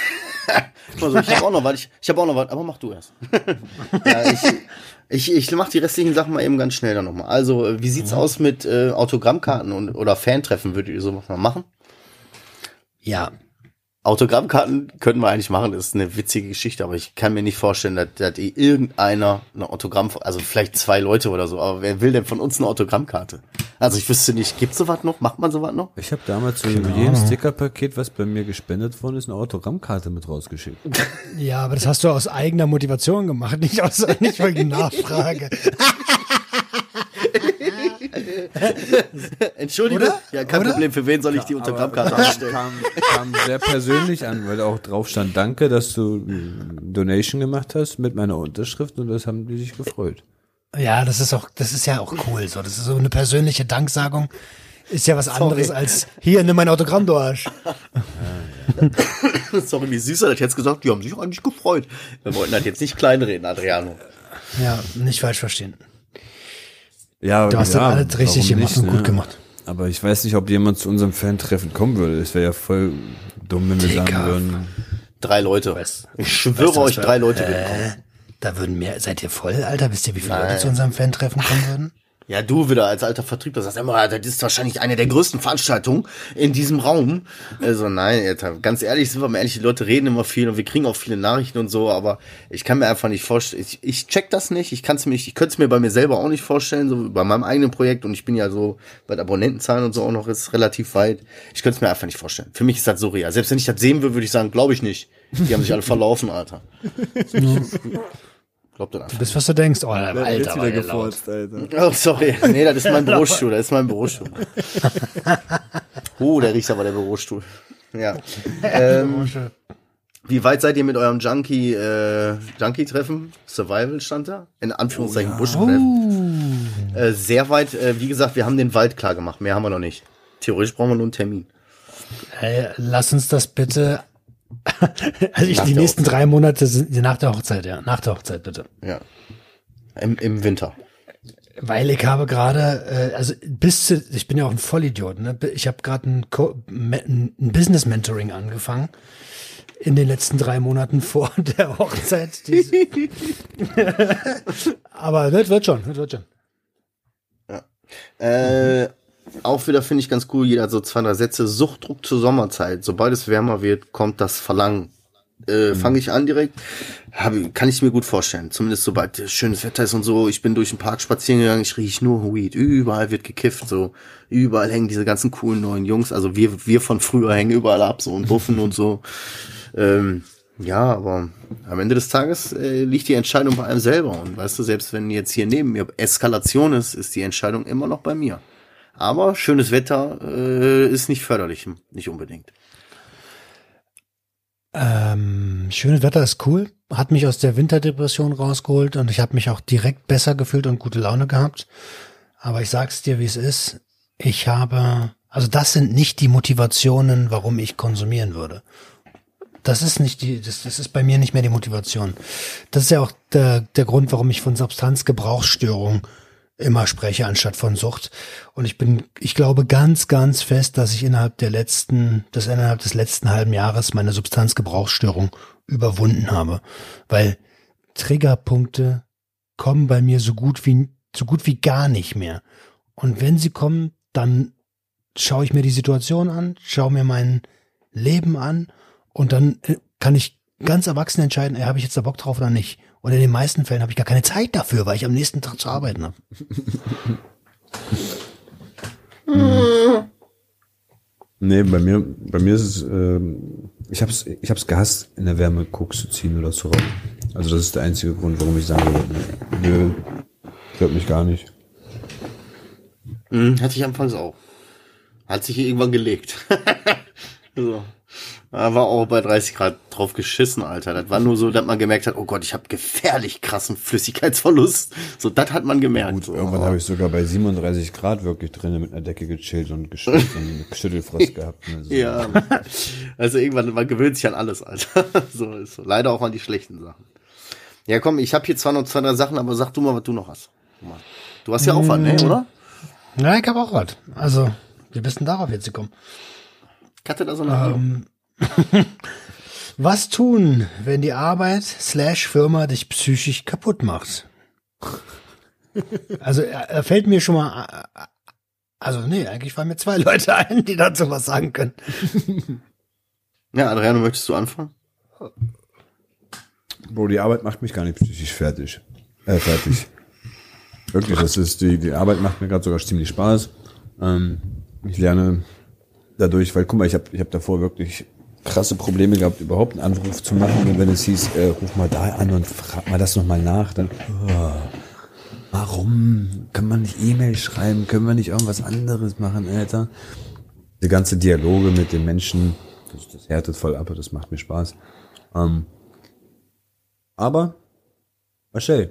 Also ich habe auch noch was, ich, ich habe auch noch was, aber mach du erst. Ja, ich, ich, ich mach die restlichen Sachen mal eben ganz schnell dann nochmal. Also, wie sieht's mhm. aus mit äh, Autogrammkarten und oder Fantreffen? Würdet ihr sowas mal machen? Ja. Autogrammkarten könnten wir eigentlich machen, das ist eine witzige Geschichte, aber ich kann mir nicht vorstellen, dass, dass irgendeiner eine Autogramm, also vielleicht zwei Leute oder so, aber wer will denn von uns eine Autogrammkarte? Also ich wüsste nicht, gibt's sowas noch? Macht man sowas noch? Ich habe damals zu jedem Stickerpaket, was bei mir gespendet worden ist, eine Autogrammkarte mit rausgeschickt. Ja, aber das hast du aus eigener Motivation gemacht, nicht aus nicht wegen Nachfrage. Entschuldigung, Oder? ja, kein Oder? Problem, für wen soll ich die Autogrammkarte anstellen? Kam, kam sehr persönlich an, weil auch drauf stand, danke, dass du Donation gemacht hast mit meiner Unterschrift und das haben die sich gefreut. Ja, das ist auch, das ist ja auch cool, so. Das ist so eine persönliche Danksagung. Ist ja was anderes Sorry. als, hier, nimm mein Autogramm, du Arsch. Sorry, wie süß er das jetzt gesagt, die haben sich eigentlich gefreut. Wir wollten das jetzt nicht kleinreden, Adriano. Ja, nicht falsch verstehen. Ja, Du hast ja, das alles richtig warum gemacht nicht, und gut ne? gemacht. Aber ich weiß nicht, ob jemand zu unserem Fan-Treffen kommen würde. Das wäre ja voll dumm, wenn wir Digga. sagen würden. Drei Leute. Weißt- Ich schwöre weißt du, was euch, wir- drei Leute äh, würden kommen. Da würden mehr, seid ihr voll, Alter? Wisst ihr, wie viele Nein. Leute zu unserem Fan-Treffen kommen würden? Ja, du wieder als alter Vertriebler sagst immer, das ist wahrscheinlich eine der größten Veranstaltungen in diesem Raum. Also nein, Alter, ganz ehrlich, sind wir mal ehrlich, die Leute reden immer viel und wir kriegen auch viele Nachrichten und so, aber ich kann mir einfach nicht vorstellen, ich, ich check das nicht, ich kann's mir, ich könnte es mir bei mir selber auch nicht vorstellen, so bei meinem eigenen Projekt und ich bin ja so bei den Abonnentenzahlen und so auch noch ist relativ weit. Ich könnte es mir einfach nicht vorstellen. Für mich ist das surreal. Selbst wenn ich das sehen würde, würde ich sagen, glaube ich nicht. Die haben sich alle verlaufen, Alter. Glaubt dann Du einfach. bist, was du denkst. Oh, Alter, war der laut. Alter. Oh, sorry. Nee, das ist mein Bürostuhl. Das ist mein Bürostuhl. Oh, der riecht aber der Bürostuhl. Ja. Ähm, wie weit seid ihr mit eurem Junkie, äh, Junkie-Treffen? Survival stand da? In Anführungszeichen Busch-Treffen. Äh, sehr weit. Äh, wie gesagt, wir haben den Wald klar gemacht. Mehr haben wir noch nicht. Theoretisch brauchen wir nur einen Termin. Hey, lass uns das bitte. Also ich, Nach die der nächsten drei Monate sind nach der Hochzeit, ja. Nach der Hochzeit, bitte. Ja. Im, im Winter. Weil ich habe gerade, äh, also bis zu, ich bin ja auch ein Vollidiot, ne? Ich habe gerade ein, Co- ein Business Mentoring angefangen in den letzten drei Monaten vor der Hochzeit. Diese- Aber das wird schon, das wird schon. Äh, auch wieder finde ich ganz cool, jeder hat so zwei, drei Sätze. Suchtdruck zur Sommerzeit. Sobald es wärmer wird, kommt das Verlangen. Äh, Mhm. Fange ich an direkt. Hab, kann ich mir gut vorstellen. Zumindest sobald äh, schönes Wetter ist und so. Ich bin durch den Park spazieren gegangen, ich rieche nur Weed. Überall wird gekifft, so. Überall hängen diese ganzen coolen neuen Jungs. Also wir, wir von früher hängen überall ab, so und buffen und so. Ähm, ja, aber am Ende des Tages äh, liegt die Entscheidung bei einem selber. Und weißt du, selbst wenn jetzt hier neben mir Eskalation ist, ist die Entscheidung immer noch bei mir. Aber schönes Wetter äh, ist nicht förderlich, nicht unbedingt. Ähm, schönes Wetter ist cool, hat mich aus der Winterdepression rausgeholt und ich habe mich auch direkt besser gefühlt und gute Laune gehabt. Aber ich sag's dir, wie es ist. Ich habe, also das sind nicht die Motivationen, warum ich konsumieren würde. Das ist nicht die, das, das ist bei mir nicht mehr die Motivation. Das ist ja auch der, der Grund, warum ich von Substanzgebrauchsstörung immer spreche, anstatt von Sucht. Und ich bin, ich glaube ganz, ganz fest, dass ich innerhalb der letzten, dass innerhalb des letzten halben Jahres meine Substanzgebrauchsstörung überwunden habe. Weil Triggerpunkte kommen bei mir so gut wie, so gut wie gar nicht mehr. Und wenn sie kommen, dann schaue ich mir die Situation an, schaue mir mein Leben an und dann kann ich ganz erwachsen entscheiden, ey, habe ich jetzt da Bock drauf oder nicht. Und in den meisten Fällen habe ich gar keine Zeit dafür, weil ich am nächsten Tag zu arbeiten habe. Nee, bei mir, bei mir ist es, ähm, ich hab's, ich hab's gehasst, in der Wärme Koks zu ziehen oder zu rauchen. Also das ist der einzige Grund, warum ich sage, nö, stört mich gar nicht. Mhm, hatte ich anfangs auch. Hat sich irgendwann gelegt. So. Da war auch bei dreißig Grad drauf geschissen, Alter. Das war nur so, dass man gemerkt hat, oh Gott, ich habe gefährlich krassen Flüssigkeitsverlust. So, das hat man gemerkt. Gut, so. irgendwann habe ich sogar bei siebenunddreißig Grad wirklich drinnen mit einer Decke gechillt und geschüttelt und Schüttelfrost gehabt. Ne, so. Ja, also irgendwann, man gewöhnt sich an alles, Alter. So ist so. Leider auch an die schlechten Sachen. Ja, komm, ich habe hier zwar noch zwei, drei Sachen, aber sag du mal, was du noch hast. Du hast ja auch was, ne, oder? Ja, ich habe auch was. Also, wie bist denn darauf jetzt gekommen? Ich hatte da so eine Ahnung. Ähm, Was tun, wenn die Arbeit slash Firma dich psychisch kaputt macht? Also er, er fällt mir schon mal, also nee, eigentlich fallen mir zwei Leute ein, die dazu was sagen können. Ja, Adriano, möchtest du anfangen? Bro, die Arbeit macht mich gar nicht psychisch fertig. Äh, fertig. Wirklich, das ist, die, die Arbeit macht mir gerade sogar ziemlich Spaß. Ähm, ich lerne dadurch, weil guck mal, ich habe ich hab davor wirklich krasse Probleme gehabt, überhaupt einen Anruf zu machen. Und wenn es hieß, äh, ruf mal da an und frag mal das nochmal nach, dann, oh, warum? Kann man nicht E-Mail schreiben? Können wir nicht irgendwas anderes machen, Alter? Die ganze Dialoge mit den Menschen, das, das härtet voll ab, das macht mir Spaß. Ähm, aber, Marcel.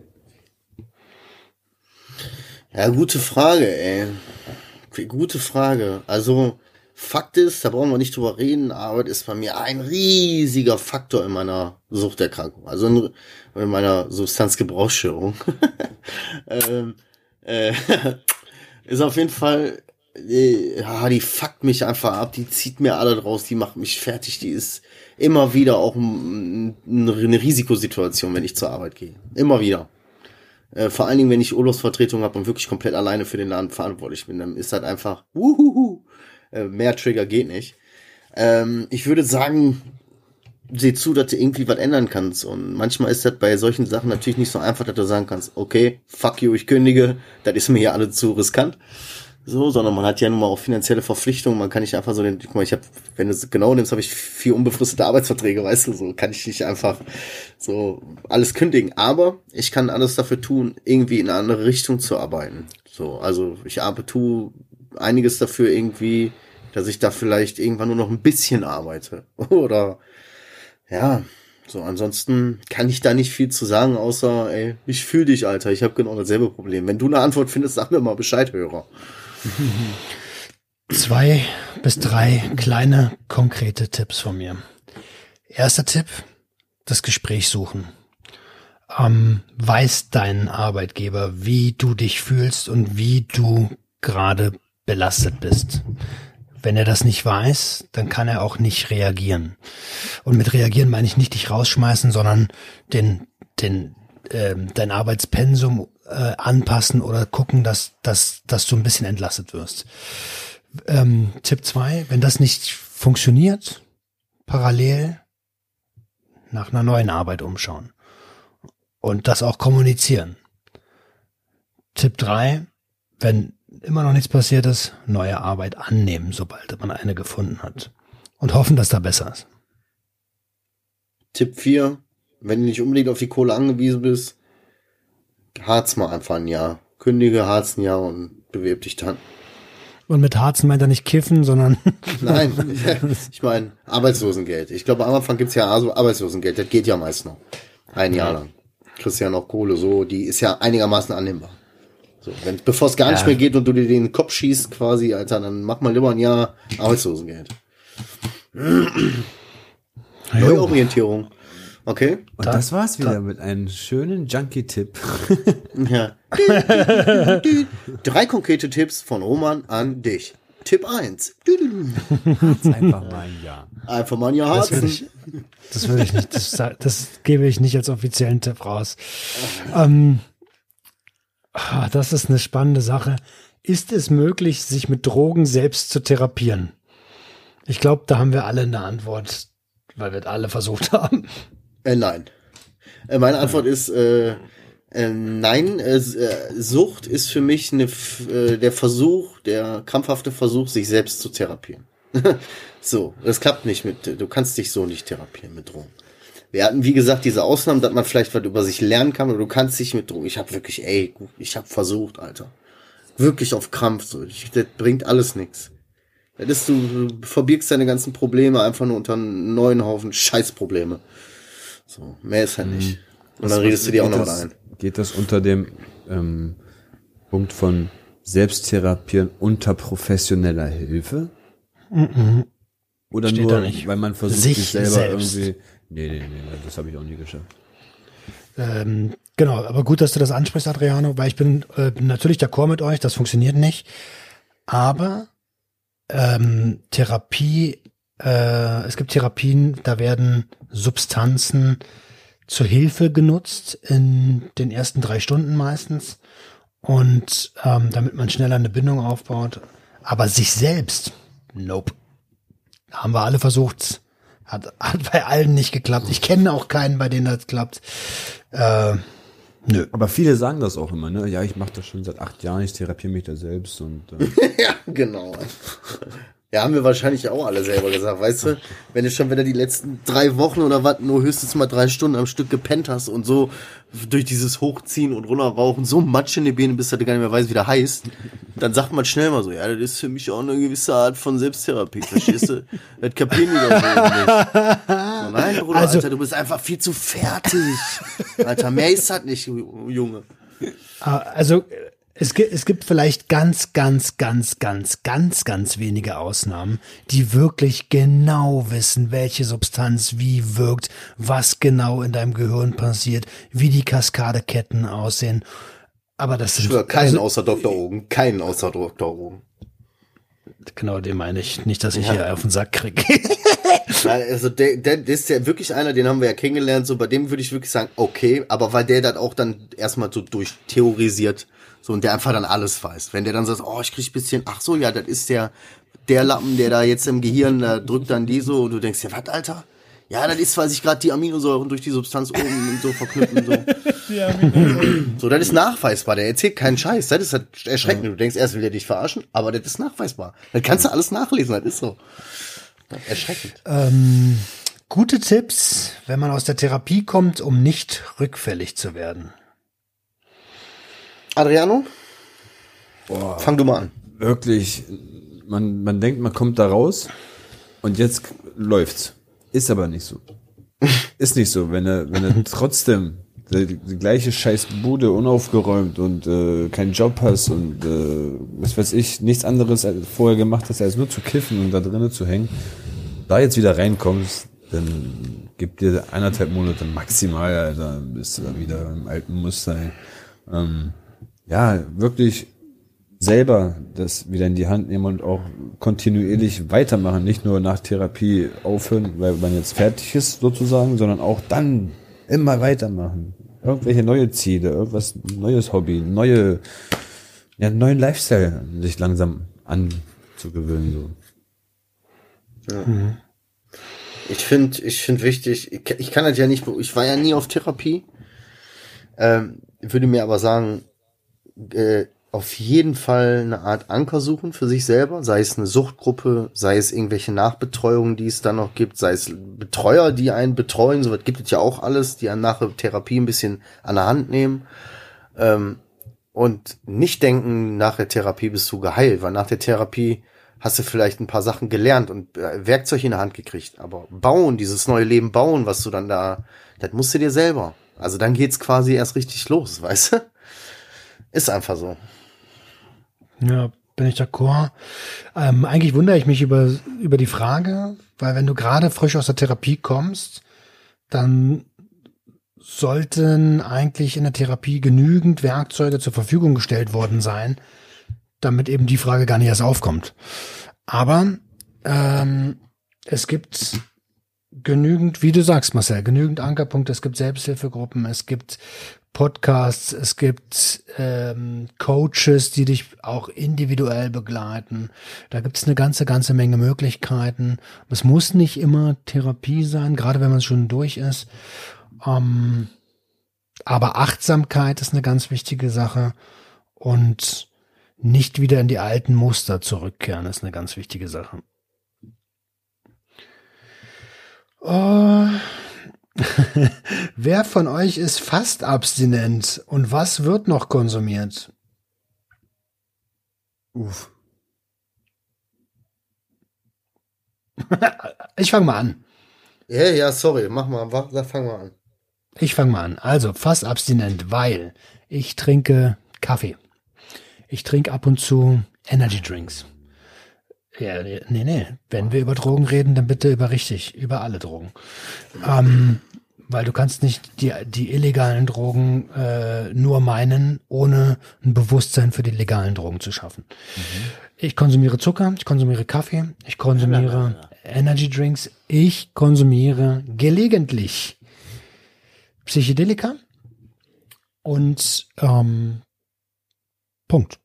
Ja, gute Frage, ey. Gute Frage. Also, Fakt ist, da brauchen wir nicht drüber reden, Arbeit ist bei mir ein riesiger Faktor in meiner Suchterkrankung, also in, in meiner Substanzgebrauchsstörung. ähm, äh, ist auf jeden Fall, äh, ja, die fuckt mich einfach ab, die zieht mir alle raus, die macht mich fertig, die ist immer wieder auch ein, eine Risikosituation, wenn ich zur Arbeit gehe. Immer wieder. Äh, vor allen Dingen, wenn ich Urlaubsvertretung habe und wirklich komplett alleine für den Laden verantwortlich bin, dann ist halt einfach, wuhuhu, äh, mehr Trigger geht nicht. Ähm, ich würde sagen, seh zu, dass du irgendwie was ändern kannst. Und manchmal ist das bei solchen Sachen natürlich nicht so einfach, dass du sagen kannst, okay, fuck you, ich kündige, das ist mir hier alles zu riskant. So, sondern man hat ja nun mal auch finanzielle Verpflichtungen, man kann nicht einfach so den, guck mal, ich habe, wenn du es genau nimmst, habe ich vier unbefristete Arbeitsverträge, weißt du, so kann ich nicht einfach so alles kündigen, aber ich kann alles dafür tun, irgendwie in eine andere Richtung zu arbeiten. So, also ich arbeite, tu einiges dafür irgendwie, dass ich da vielleicht irgendwann nur noch ein bisschen arbeite oder ja, so ansonsten kann ich da nicht viel zu sagen, außer ey, ich fühle dich, Alter, ich habe genau dasselbe Problem. Wenn du eine Antwort findest, sag mir mal Bescheid, Hörer. Zwei bis drei kleine, konkrete Tipps von mir. Erster Tipp, das Gespräch suchen. Ähm, weiß dein Arbeitgeber, wie du dich fühlst und wie du gerade belastet bist. Wenn er das nicht weiß, dann kann er auch nicht reagieren. Und mit reagieren meine ich nicht dich rausschmeißen, sondern den, den, äh, dein Arbeitspensum äh, anpassen oder gucken, dass, dass, dass du ein bisschen entlastet wirst. Ähm, Tipp zwei, wenn das nicht funktioniert, parallel nach einer neuen Arbeit umschauen. Und das auch kommunizieren. Tipp drei, wenn immer noch nichts passiert ist, neue Arbeit annehmen, sobald man eine gefunden hat. Und hoffen, dass da besser ist. Tipp vier, wenn du nicht unbedingt auf die Kohle angewiesen bist, harz mal einfach ein Jahr. Kündige, harz ein Jahr und bewirb dich dann. Und mit Harzen meint er nicht kiffen, sondern... Nein, ich meine Arbeitslosengeld. Ich glaube, am Anfang gibt's ja also Arbeitslosengeld, das geht ja meist noch. Ein Jahr lang. Kriegst ja noch Kohle, so, die ist ja einigermaßen annehmbar. So, wenn, bevor es gar ja. nicht mehr geht und du dir den Kopf schießt quasi, Alter, dann mach mal lieber ein Jahr Arbeitslosengeld. Neuorientierung. Okay. Und das war's wieder mit einem schönen Junkie-Tipp. Ja. Drei konkrete Tipps von Roman an dich. Tipp eins. Harz einfach mal ein Jahr. Einfach mal ein Jahr Das harzen. würde ich, das würde ich nicht, das, das gebe ich nicht als offiziellen Tipp raus. Ähm, ah, das ist eine spannende Sache. Ist es möglich, sich mit Drogen selbst zu therapieren? Ich glaube, da haben wir alle eine Antwort, weil wir es alle versucht haben. Äh, nein. Äh, meine Antwort ist äh, äh, nein. Äh, Sucht ist für mich eine, äh, der Versuch, der krampfhafte Versuch, sich selbst zu therapieren. So, das klappt nicht mit. Du kannst dich so nicht therapieren mit Drogen. Wir hatten, wie gesagt, diese Ausnahmen, dass man vielleicht was über sich lernen kann, oder du kannst dich mit Drogen. Ich habe wirklich, ey, ich habe versucht, Alter, wirklich auf Krampf. So, ich, das bringt alles nichts. Das ist, du, du verbirgst deine ganzen Probleme einfach nur unter einen neuen Haufen Scheißprobleme. So, mehr ist halt nicht. Und dann Was- redest du dir auch noch geht was das- ein. Geht das unter dem ähm, Punkt von Selbsttherapieren unter professioneller Hilfe? Oder Steht nur, da nicht. weil man versucht, Sich sich, selber selbst. irgendwie... Nee, nee, nee, das habe ich auch nie geschafft. Ähm, genau, aber gut, dass du das ansprichst, Adriano, weil ich bin äh, natürlich d'accord mit euch, das funktioniert nicht. Aber ähm, Therapie äh, es gibt Therapien, da werden Substanzen zur Hilfe genutzt in den ersten drei Stunden meistens und ähm, damit man schneller eine Bindung aufbaut. Aber sich selbst, nope. Haben wir alle versucht. Hat, hat bei allen nicht geklappt. Ich kenne auch keinen, bei denen das klappt. Äh, nö. Aber viele sagen das auch immer, ne? Ja, ich mache das schon seit acht Jahren, ich therapiere mich da selbst und äh. Ja, genau. Ja, haben wir wahrscheinlich auch alle selber gesagt, weißt du? Wenn du schon wieder die letzten drei Wochen oder was nur höchstens mal drei Stunden am Stück gepennt hast und so durch dieses Hochziehen und runterrauchen so Matsch in die Beine bist, dass du gar nicht mehr weißt, wie der heißt, dann sagt man schnell mal so, ja, das ist für mich auch eine gewisse Art von Selbsttherapie, verstehst du? Das kapieren die doch so nicht. So, nein, Bruder, also, Alter, du bist einfach viel zu fertig. Alter, mehr ist das nicht, Junge. Also, Es gibt, es gibt vielleicht ganz, ganz, ganz, ganz, ganz, ganz wenige Ausnahmen, die wirklich genau wissen, welche Substanz wie wirkt, was genau in deinem Gehirn passiert, wie die Kaskadeketten aussehen. Aber das ist sind keinen also, außer Doktor Ogen, keinen außer Doktor Ogen. Genau, den meine ich. Nicht, dass ich ja. hier auf den Sack kriege. Also der, der, der ist ja wirklich einer, den haben wir ja kennengelernt, so bei dem würde ich wirklich sagen, okay, aber weil der das auch dann erstmal so durchtheorisiert. So, und der einfach dann alles weiß. Wenn der dann sagt, oh, ich krieg ein bisschen, ach so, ja, das ist der, der Lappen, der da jetzt im Gehirn, da drückt dann die so, und du denkst, ja, was, Alter? Ja, das ist, weil sich gerade die Aminosäuren durch die Substanz oben und so verknüpfen, so. Die Aminosäuren. So, das ist nachweisbar, der erzählt keinen Scheiß, das ist halt erschreckend. Du denkst, erst will der dich verarschen, aber das ist nachweisbar. Das kannst du alles nachlesen, das ist so. Erschreckend. Ähm, gute Tipps, wenn man aus der Therapie kommt, um nicht rückfällig zu werden. Adriano? Boah, fang du mal an. Wirklich, man, man denkt, man kommt da raus und jetzt läuft's. Ist aber nicht so. Ist nicht so, wenn er, wenn er trotzdem die, die gleiche scheiß Bude unaufgeräumt und äh, keinen Job hast und äh, was weiß ich, nichts anderes als vorher gemacht hast, als nur zu kiffen und da drinnen zu hängen, da jetzt wieder reinkommst, dann gibt dir eineinhalb Monate maximal, Alter, bist du da wieder im alten Muster. Ähm, ja, wirklich selber das wieder in die Hand nehmen und auch kontinuierlich weitermachen, nicht nur nach Therapie aufhören, weil man jetzt fertig ist sozusagen, sondern auch dann immer weitermachen. Irgendwelche neue Ziele, irgendwas neues Hobby, neue, ja, neuen Lifestyle sich langsam anzugewöhnen. So. Ja. Mhm. Ich finde, ich finde wichtig, ich, ich kann das ja nicht, ich war ja nie auf Therapie, ähm, würde mir aber sagen, äh, auf jeden Fall eine Art Anker suchen für sich selber, sei es eine Suchtgruppe, sei es irgendwelche Nachbetreuungen, die es dann noch gibt, sei es Betreuer, die einen betreuen, sowas gibt es ja auch alles, die einen nach der Therapie ein bisschen an der Hand nehmen, ähm, und nicht denken, nach der Therapie bist du geheilt, weil nach der Therapie hast du vielleicht ein paar Sachen gelernt und Werkzeug in der Hand gekriegt, aber bauen, dieses neue Leben bauen, was du dann da, das musst du dir selber. Also dann geht's quasi erst richtig los, weißt du? Ist einfach so. Ja, bin ich d'accord. Ähm, eigentlich wundere ich mich über, über die Frage, weil wenn du gerade frisch aus der Therapie kommst, dann sollten eigentlich in der Therapie genügend Werkzeuge zur Verfügung gestellt worden sein, damit eben die Frage gar nicht erst aufkommt. Aber ähm, es gibt genügend, wie du sagst, Marcel, genügend Ankerpunkte, es gibt Selbsthilfegruppen, es gibt Podcasts, es gibt ähm, Coaches, die dich auch individuell begleiten. Da gibt es eine ganze, ganze Menge Möglichkeiten. Es muss nicht immer Therapie sein, gerade wenn man schon durch ist. Ähm, aber Achtsamkeit ist eine ganz wichtige Sache und nicht wieder in die alten Muster zurückkehren, ist eine ganz wichtige Sache. Oh. Wer von euch ist fast abstinent und was wird noch konsumiert? Uff. Ich fange mal an. Ja, ja, sorry, mach mal, fang mal an. Ich fange mal an. Also fast abstinent, weil ich trinke Kaffee. Ich trinke ab und zu Energy Drinks. Ja, nee, nee. Wenn wir über Drogen reden, dann bitte über richtig, über alle Drogen. Ähm, weil du kannst nicht die, die illegalen Drogen äh, nur meinen, ohne ein Bewusstsein für die legalen Drogen zu schaffen. Mhm. Ich konsumiere Zucker, ich konsumiere Kaffee, ich konsumiere Energy Drinks. Ich konsumiere gelegentlich Psychedelika und ähm, Punkt.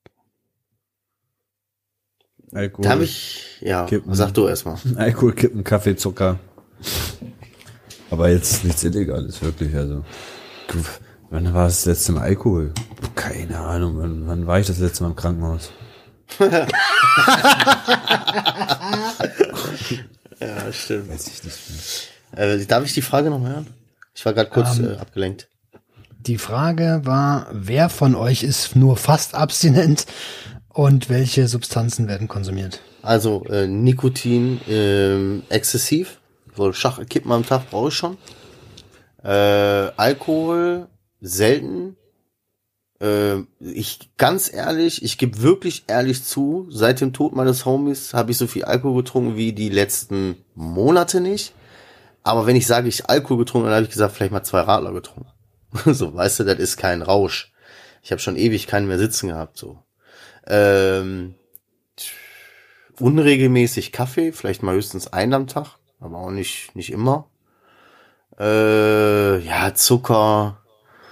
Alkohol. Darf ich, ja, Kippen. sag du erstmal. Alkohol, Kippen, Kaffee, Zucker. Aber jetzt nichts Illegales, wirklich. Also, wann war das letzte Mal Alkohol? Keine Ahnung. Wann, wann war ich das letzte Mal im Krankenhaus? Ja, stimmt. Weiß ich nicht mehr. Äh, darf ich die Frage noch mal hören? Ich war gerade kurz Ähm, äh, abgelenkt. Die Frage war, wer von euch ist nur fast abstinent und welche Substanzen werden konsumiert? Also äh, Nikotin ähm, exzessiv, so Schach Kippen am Tag brauche ich schon. Äh, Alkohol selten. Äh, ich ganz ehrlich, ich gebe wirklich ehrlich zu, seit dem Tod meines Homies habe ich so viel Alkohol getrunken wie die letzten Monate nicht. Aber wenn ich sage, ich Alkohol getrunken, dann habe ich gesagt, vielleicht mal zwei Radler getrunken. So, weißt du, das ist kein Rausch. Ich habe schon ewig keinen mehr sitzen gehabt, so. Ähm, unregelmäßig Kaffee, vielleicht mal höchstens einen am Tag, aber auch nicht nicht immer. Äh, ja, Zucker.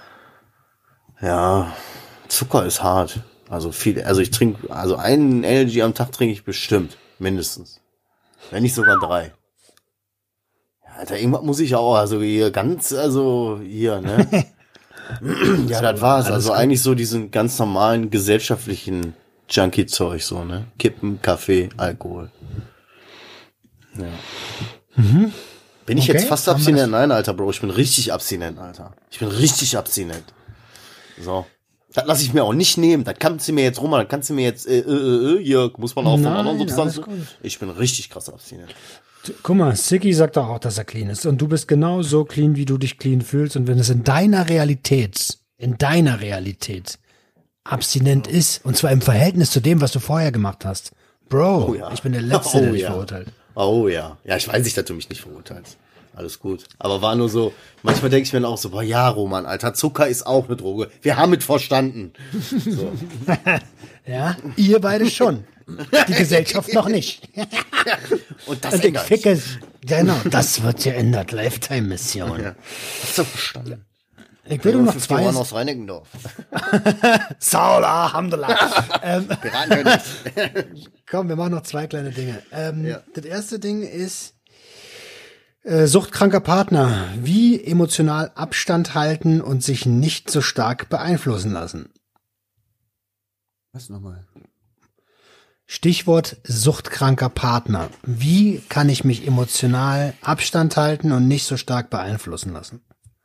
Ja, Zucker ist hart. Also viel, also ich trinke, also einen Energy am Tag trinke ich bestimmt, mindestens. Wenn nicht sogar drei. Ja, Alter, irgendwas muss ich auch, also hier ganz, also hier, ne? Ja, das war's. Also eigentlich so diesen ganz normalen gesellschaftlichen Junkie-Zeug, so, ne? Kippen, Kaffee, Alkohol. Ja. Mhm. Bin ich Okay, jetzt fast haben wir abstinent? Nein, Alter, Bro, ich bin richtig abstinent, Alter. Ich bin richtig abstinent. So. Das lasse ich mir auch nicht nehmen. Das kannst du mir jetzt rum, das kannst du mir jetzt, äh, äh, äh, hier muss man auch von Nein, anderen alles Substanzen. gut. Ich bin richtig krass abstinent. Du- Guck mal, Siggi sagt doch auch, dass er clean ist. Und du bist genau so clean, wie du dich clean fühlst. Und wenn es in deiner Realität, in deiner Realität abstinent ist, und zwar im Verhältnis zu dem, was du vorher gemacht hast, Bro, Oh ja. ich bin der Letzte, Oh der dich ja. verurteilt. Oh ja. Ja, ich weiß nicht, dass du mich nicht verurteilst. Alles gut. Aber war nur so, manchmal denke ich mir dann auch so, boah, ja, Roman, Alter, Zucker ist auch eine Droge. Wir haben es verstanden. So. Ja, ihr beide schon. Die Gesellschaft noch nicht. Und das Und ich ändert. ficke, genau, das wird geändert. Lifetime-Mission. Ja. Hast du verstanden? Ich will nur noch fünfzig zwei. One aus Reinickendorf. Saula, Alhamdulillah. ähm, Piratenkönig. komm, wir machen noch zwei kleine Dinge. Ähm, Ja. Das erste Ding ist äh, suchtkranker Partner. Wie emotional Abstand halten und sich nicht so stark beeinflussen lassen. Was nochmal? Stichwort suchtkranker Partner. Wie kann ich mich emotional Abstand halten und nicht so stark beeinflussen lassen?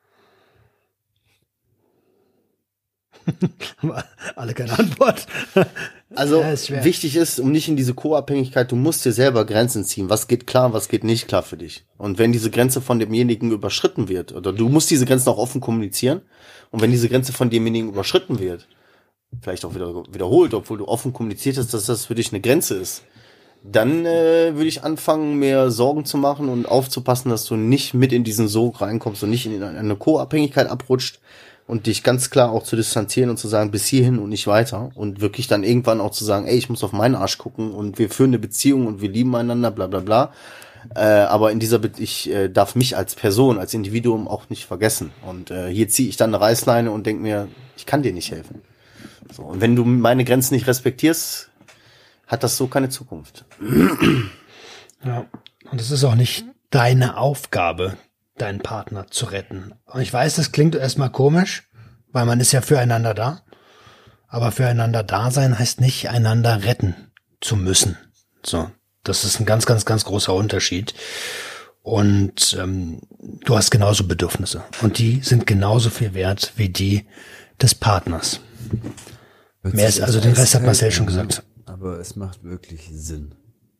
Haben alle keine Antwort. Also Ja, ist schwer. wichtig ist, um nicht in diese Co-Abhängigkeit, du musst dir selber Grenzen ziehen. Was geht klar, was geht nicht klar für dich. Und wenn diese Grenze von demjenigen überschritten wird, oder du musst diese Grenzen auch offen kommunizieren, und wenn diese Grenze von demjenigen überschritten wird, vielleicht auch wieder wiederholt, obwohl du offen kommuniziert hast, dass das für dich eine Grenze ist, dann äh, würde ich anfangen, mir Sorgen zu machen und aufzupassen, dass du nicht mit in diesen Sog reinkommst und nicht in eine Co-Abhängigkeit abrutscht und dich ganz klar auch zu distanzieren und zu sagen, bis hierhin und nicht weiter und wirklich dann irgendwann auch zu sagen, ey, ich muss auf meinen Arsch gucken und wir führen eine Beziehung und wir lieben einander, bla bla bla. Äh, aber in dieser, Be- ich äh, darf mich als Person, als Individuum auch nicht vergessen. Und äh, hier ziehe ich dann eine Reißleine und denke mir, ich kann dir nicht helfen. So, und wenn du meine Grenzen nicht respektierst, hat das so keine Zukunft. Ja. Und es ist auch nicht deine Aufgabe, deinen Partner zu retten. Und ich weiß, das klingt erstmal komisch, weil man ist ja füreinander da. Aber füreinander da sein heißt nicht, einander retten zu müssen. So. Das ist ein ganz, ganz, ganz großer Unterschied. Und ähm, du hast genauso Bedürfnisse. Und die sind genauso viel wert wie die des Partners. Hört Mehr sich ist, also das den Rest hat eiskalt Marcel schon an, gesagt. Aber es macht wirklich Sinn.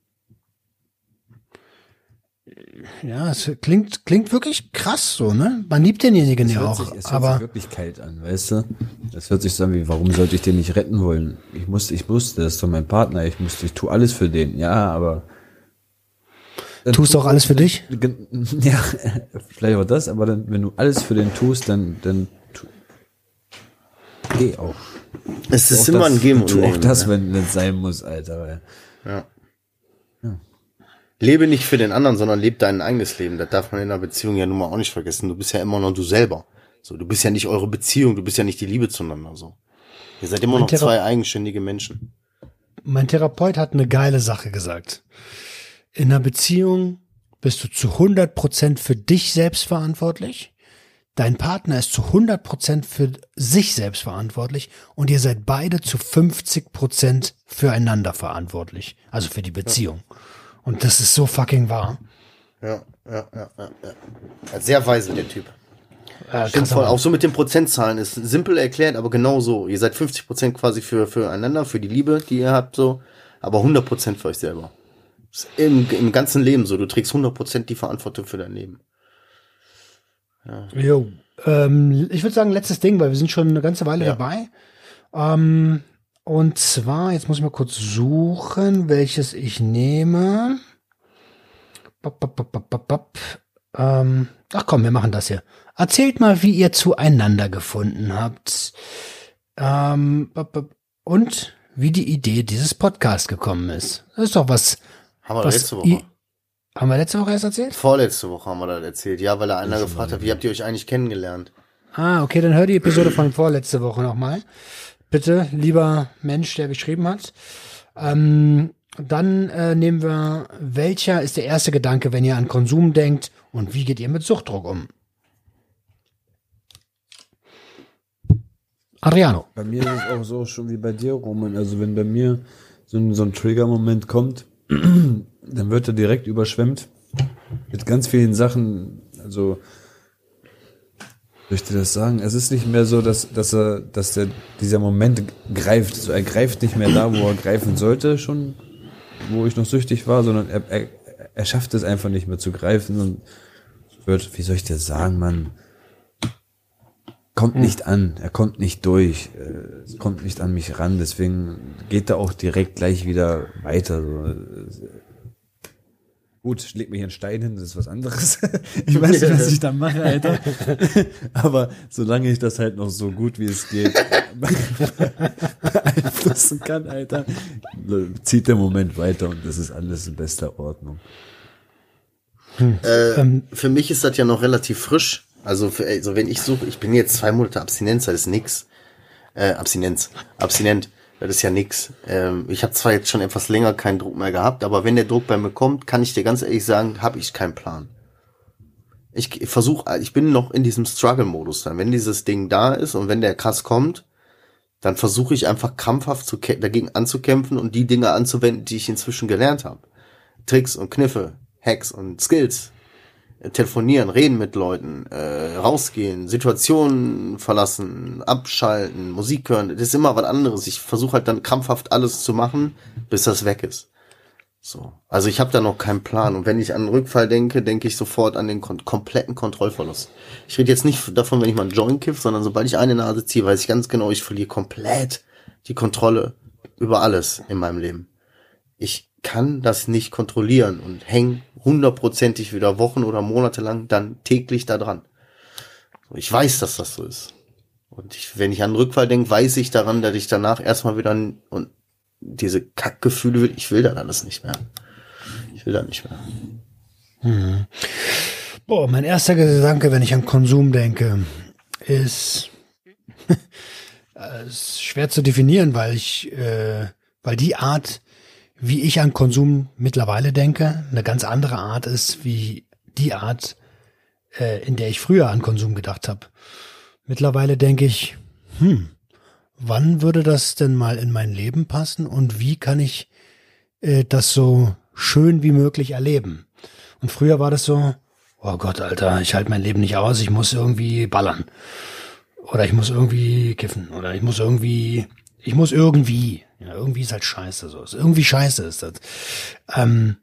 Ja, es klingt, klingt wirklich krass so, ne? Man liebt denjenigen Es ja hört, auch. sich, es hört sich aber wirklich kalt an, weißt du? Es hört sich so an wie, warum sollte ich den nicht retten wollen? Ich musste, ich musste, das ist doch mein Partner, ich musste, ich tue alles für den, ja, aber. Dann tust du auch alles für dich? Ja, vielleicht auch das, aber dann, wenn du alles für den tust, dann, dann tu, geh auch. Es ist Auch immer das, ein Geben und tu auch Nehmen. das, ne? wenn es sein muss, Alter. Weil Ja. Ja. Lebe nicht für den anderen, sondern lebe dein eigenes Leben. Das darf man in einer Beziehung ja nun mal auch nicht vergessen. Du bist ja immer noch du selber. So, du bist ja nicht eure Beziehung, du bist ja nicht die Liebe zueinander. So, ihr seid immer Mein noch Thera- zwei eigenständige Menschen. Mein Therapeut hat eine geile Sache gesagt. In einer Beziehung bist du zu hundert Prozent für dich selbst verantwortlich. Dein Partner ist zu hundert Prozent für sich selbst verantwortlich und ihr seid beide zu fünfzig Prozent füreinander verantwortlich. Also für die Beziehung. Und das ist so fucking wahr. Ja, ja, ja, ja. ja. Sehr weise, der Typ. Äh, Stimmt krasser voll. Mann. Auch so mit den Prozentzahlen ist simpel erklärt, aber genau so. Ihr seid fünfzig Prozent quasi für füreinander, für die Liebe, die ihr habt, so, aber hundert Prozent für euch selber. Das ist Im, im ganzen Leben so. Du trägst hundert Prozent die Verantwortung für dein Leben. Ja. Jo. Ähm, ich würde sagen, letztes Ding, weil wir sind schon eine ganze Weile Ja. dabei. Ähm, und zwar, jetzt muss ich mal kurz suchen, welches ich nehme. Bop, bop, bop, bop, bop, bop. Ähm, ach komm, wir machen das hier. Erzählt mal, wie ihr zueinander gefunden habt. Ähm, bop, bop. Und wie die Idee dieses Podcasts gekommen ist. Das ist doch was. Haben wir was letzte Woche. i- Haben wir letzte Woche erst erzählt? Vorletzte Woche haben wir das erzählt. Ja, weil da einer gefragt hat, wie habt ihr euch eigentlich kennengelernt? Ah, okay, dann hör die Episode von vorletzte Woche nochmal. Bitte, lieber Mensch, der geschrieben hat. Ähm, dann äh, nehmen wir, welcher ist der erste Gedanke, wenn ihr an Konsum denkt und wie geht ihr mit Suchtdruck um? Adriano. Bei mir ist es auch so schon wie bei dir, Roman. Also wenn bei mir so ein, so ein Trigger-Moment kommt, dann wird er direkt überschwemmt mit ganz vielen Sachen. Also, soll ich dir das sagen? Es ist nicht mehr so, dass, dass er, dass der, dieser Moment greift. So, er greift nicht mehr da, wo er greifen sollte, schon, wo ich noch süchtig war, sondern er, er, er schafft es einfach nicht mehr zu greifen und wird, wie soll ich dir sagen, Mann, kommt nicht an, er kommt nicht durch, äh, es kommt nicht an mich ran, deswegen geht er auch direkt gleich wieder weiter. So. Gut, leg mir hier einen Stein hin, das ist was anderes. Ich weiß nicht, was ich da mache, Alter. Aber solange ich das halt noch so gut wie es geht beeinflussen kann, Alter, zieht der Moment weiter und das ist alles in bester Ordnung. Äh, Ähm, für mich ist das ja noch relativ frisch. Also, für, also wenn ich suche, ich bin jetzt zwei Monate Abstinenz, das ist nix. Äh, Abstinenz, abstinent, das ist ja nix. Ähm, ich habe zwar jetzt schon etwas länger keinen Druck mehr gehabt, aber wenn der Druck bei mir kommt, kann ich dir ganz ehrlich sagen, habe ich keinen Plan. Ich versuche, ich bin noch in diesem Struggle-Modus dann. Wenn dieses Ding da ist und wenn der krass kommt, dann versuche ich einfach krampfhaft zu, dagegen anzukämpfen und die Dinge anzuwenden, die ich inzwischen gelernt habe. Tricks und Kniffe, Hacks und Skills. Telefonieren, reden mit Leuten, äh, rausgehen, Situationen verlassen, abschalten, Musik hören, das ist immer was anderes. Ich versuche halt dann krampfhaft alles zu machen, bis das weg ist. So, also ich habe da noch keinen Plan. Und wenn ich an den Rückfall denke, denke ich sofort an den kon- kompletten Kontrollverlust. Ich rede jetzt nicht davon, wenn ich mal einen Joint kiff, sondern sobald ich eine Nase ziehe, weiß ich ganz genau, ich verliere komplett die Kontrolle über alles in meinem Leben. Ich kann das nicht kontrollieren und hänge hundertprozentig wieder Wochen oder Monate lang dann täglich da dran. Ich weiß, dass das so ist. Und ich, wenn ich an den Rückfall denke, weiß ich daran, dass ich danach erstmal wieder n- und diese Kackgefühle will, ich will das alles nicht mehr. Ich will das nicht mehr. Hm. Boah, mein erster Gedanke, wenn ich an Konsum denke, ist, äh, ist schwer zu definieren, weil ich, äh, weil die Art, wie ich an Konsum mittlerweile denke, eine ganz andere Art ist, wie die Art, äh, in der ich früher an Konsum gedacht habe. Mittlerweile denke ich, hm, wann würde das denn mal in mein Leben passen und wie kann ich äh, das so schön wie möglich erleben? Und früher war das so, oh Gott, Alter, ich halte mein Leben nicht aus, ich muss irgendwie ballern. Oder ich muss irgendwie kiffen. Oder ich muss irgendwie, ich muss irgendwie. Ja, irgendwie ist halt scheiße so. Irgendwie scheiße ist das. Ähm,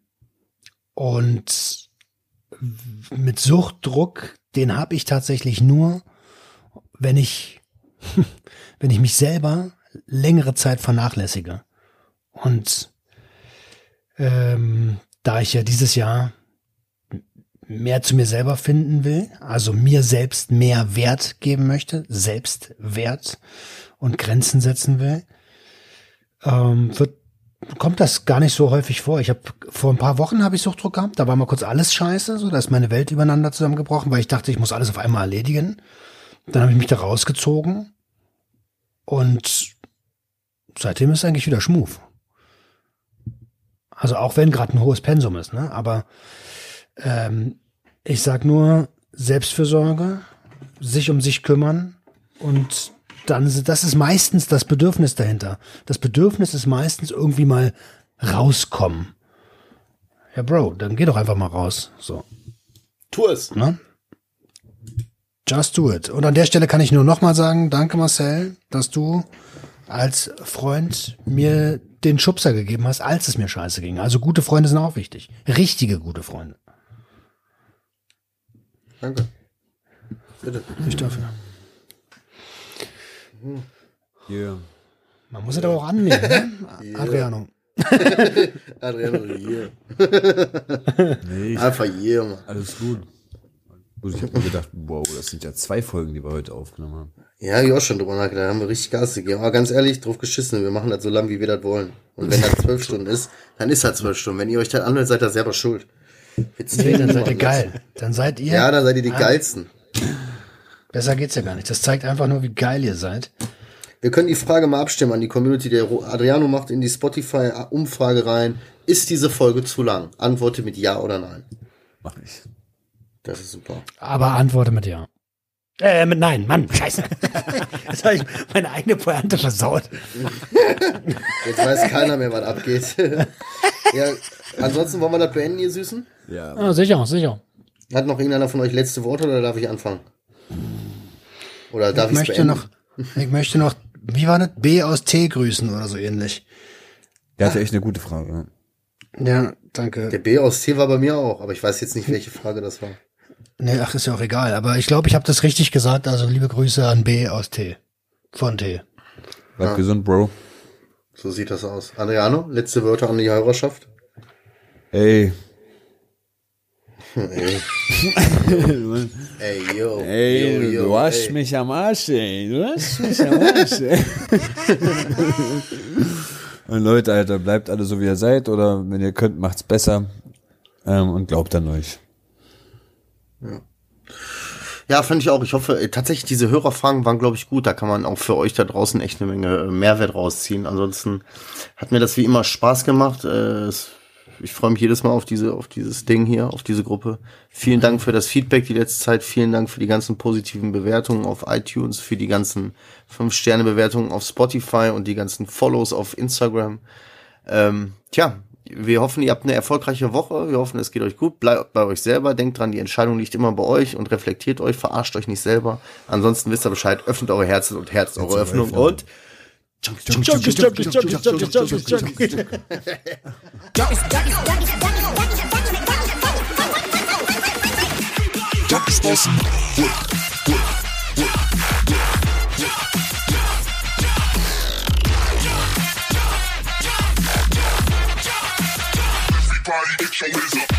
und mit Suchtdruck, den habe ich tatsächlich nur, wenn ich, wenn ich mich selber längere Zeit vernachlässige. Und ähm, da ich ja dieses Jahr mehr zu mir selber finden will, also mir selbst mehr Wert geben möchte, Selbstwert und Grenzen setzen will, ähm, wird kommt das gar nicht so häufig vor. Ich habe vor ein paar Wochen habe ich Suchtdruck gehabt, da war mal kurz alles scheiße, so da ist meine Welt übereinander zusammengebrochen, weil ich dachte, ich muss alles auf einmal erledigen. Dann habe ich mich da rausgezogen und seitdem ist eigentlich wieder Schmuf. Also auch wenn gerade ein hohes Pensum ist, ne? Aber ähm, ich sag nur Selbstfürsorge, sich um sich kümmern und dann, das ist meistens das Bedürfnis dahinter. Das Bedürfnis ist meistens irgendwie mal rauskommen. Ja, Bro, dann geh doch einfach mal raus. So. Tu es. Ne? Just do it. Und an der Stelle kann ich nur noch mal sagen, danke Marcel, dass du als Freund mir den Schubser gegeben hast, als es mir scheiße ging. Also gute Freunde sind auch wichtig. Richtige gute Freunde. Danke. Bitte. Nicht dafür. Yeah. Man muss es aber auch annehmen, ne? Yeah. Adriano. Adriano, yeah. Nee, ich, Einfach yeah, Mann. alles gut. Gut, ich habe mir gedacht, wow, das sind ja zwei Folgen, die wir heute aufgenommen haben. Ja, ich auch schon drüber nachgedacht, da haben wir richtig Gas gegeben. Aber ganz ehrlich, drauf geschissen, wir machen das so lang, wie wir das wollen. Und wenn das zwölf Stunden ist, dann ist das zwölf Stunden. Wenn ihr euch das anhört, seid ihr selber schuld. Nee, dann seid ihr geil. Dann seid ihr. Ja, dann seid ihr die Ah. Geilsten. Besser geht's ja gar nicht. Das zeigt einfach nur, wie geil ihr seid. Wir können die Frage mal abstimmen an die Community. Der Adriano macht in die Spotify-Umfrage rein. Ist diese Folge zu lang? Antworte mit Ja oder Nein. Mach ich. Das ist super. Aber antworte mit Ja. Äh, mit Nein, Mann, scheiße. Jetzt habe ich meine eigene Pointe versaut. Jetzt weiß keiner mehr, was abgeht. Ja, ansonsten wollen wir das beenden, ihr Süßen? Ja. Ah, sicher, sicher. Hat noch irgendeiner von euch letzte Worte oder darf ich anfangen? Oder darf Ich ich möchte beenden? noch, ich möchte noch, wie war das? B aus T grüßen oder so ähnlich. Der hatte echt eine gute Frage. Ja, danke. Der B aus T war bei mir auch, aber ich weiß jetzt nicht, welche Frage das war. Nee, ach, ist ja auch egal. Aber ich glaube, ich habe das richtig gesagt. Also liebe Grüße an B aus T. Von T. Bleib gesund, Bro. So sieht das aus. Adriano, letzte Wörter an die Hörerschaft? Ey. Ey, ey, yo. Ey, yo, yo, du hast ey. mich am Arsch, ey. Du hast mich am Arsch, ey. Und Leute, Alter, bleibt alle so, wie ihr seid. Oder wenn ihr könnt, macht's besser. Ähm, und glaubt an euch. Ja, fand ich auch. Ich hoffe, äh, tatsächlich, diese Hörerfragen waren, glaube ich, gut. Da kann man auch für euch da draußen echt eine Menge äh, Mehrwert rausziehen. Ansonsten hat mir das wie immer Spaß gemacht. Äh, es, ich freue mich jedes Mal auf diese, auf dieses Ding hier, auf diese Gruppe. Vielen Dank für das Feedback die letzte Zeit. Vielen Dank für die ganzen positiven Bewertungen auf iTunes, für die ganzen fünf Sterne Bewertungen auf Spotify und die ganzen Follows auf Instagram. Ähm, tja, wir hoffen, ihr habt eine erfolgreiche Woche. Wir hoffen, es geht euch gut. Bleibt bei euch selber. Denkt dran, die Entscheidung liegt immer bei euch und reflektiert euch. Verarscht euch nicht selber. Ansonsten wisst ihr Bescheid. Öffnet eure Herzen und Herz eure Öffnung. Und Junkies, Junkies, Junkies, Junkies, Junkies, Junkies, Junkies. Junkies Bossen. Everybody get your hands up.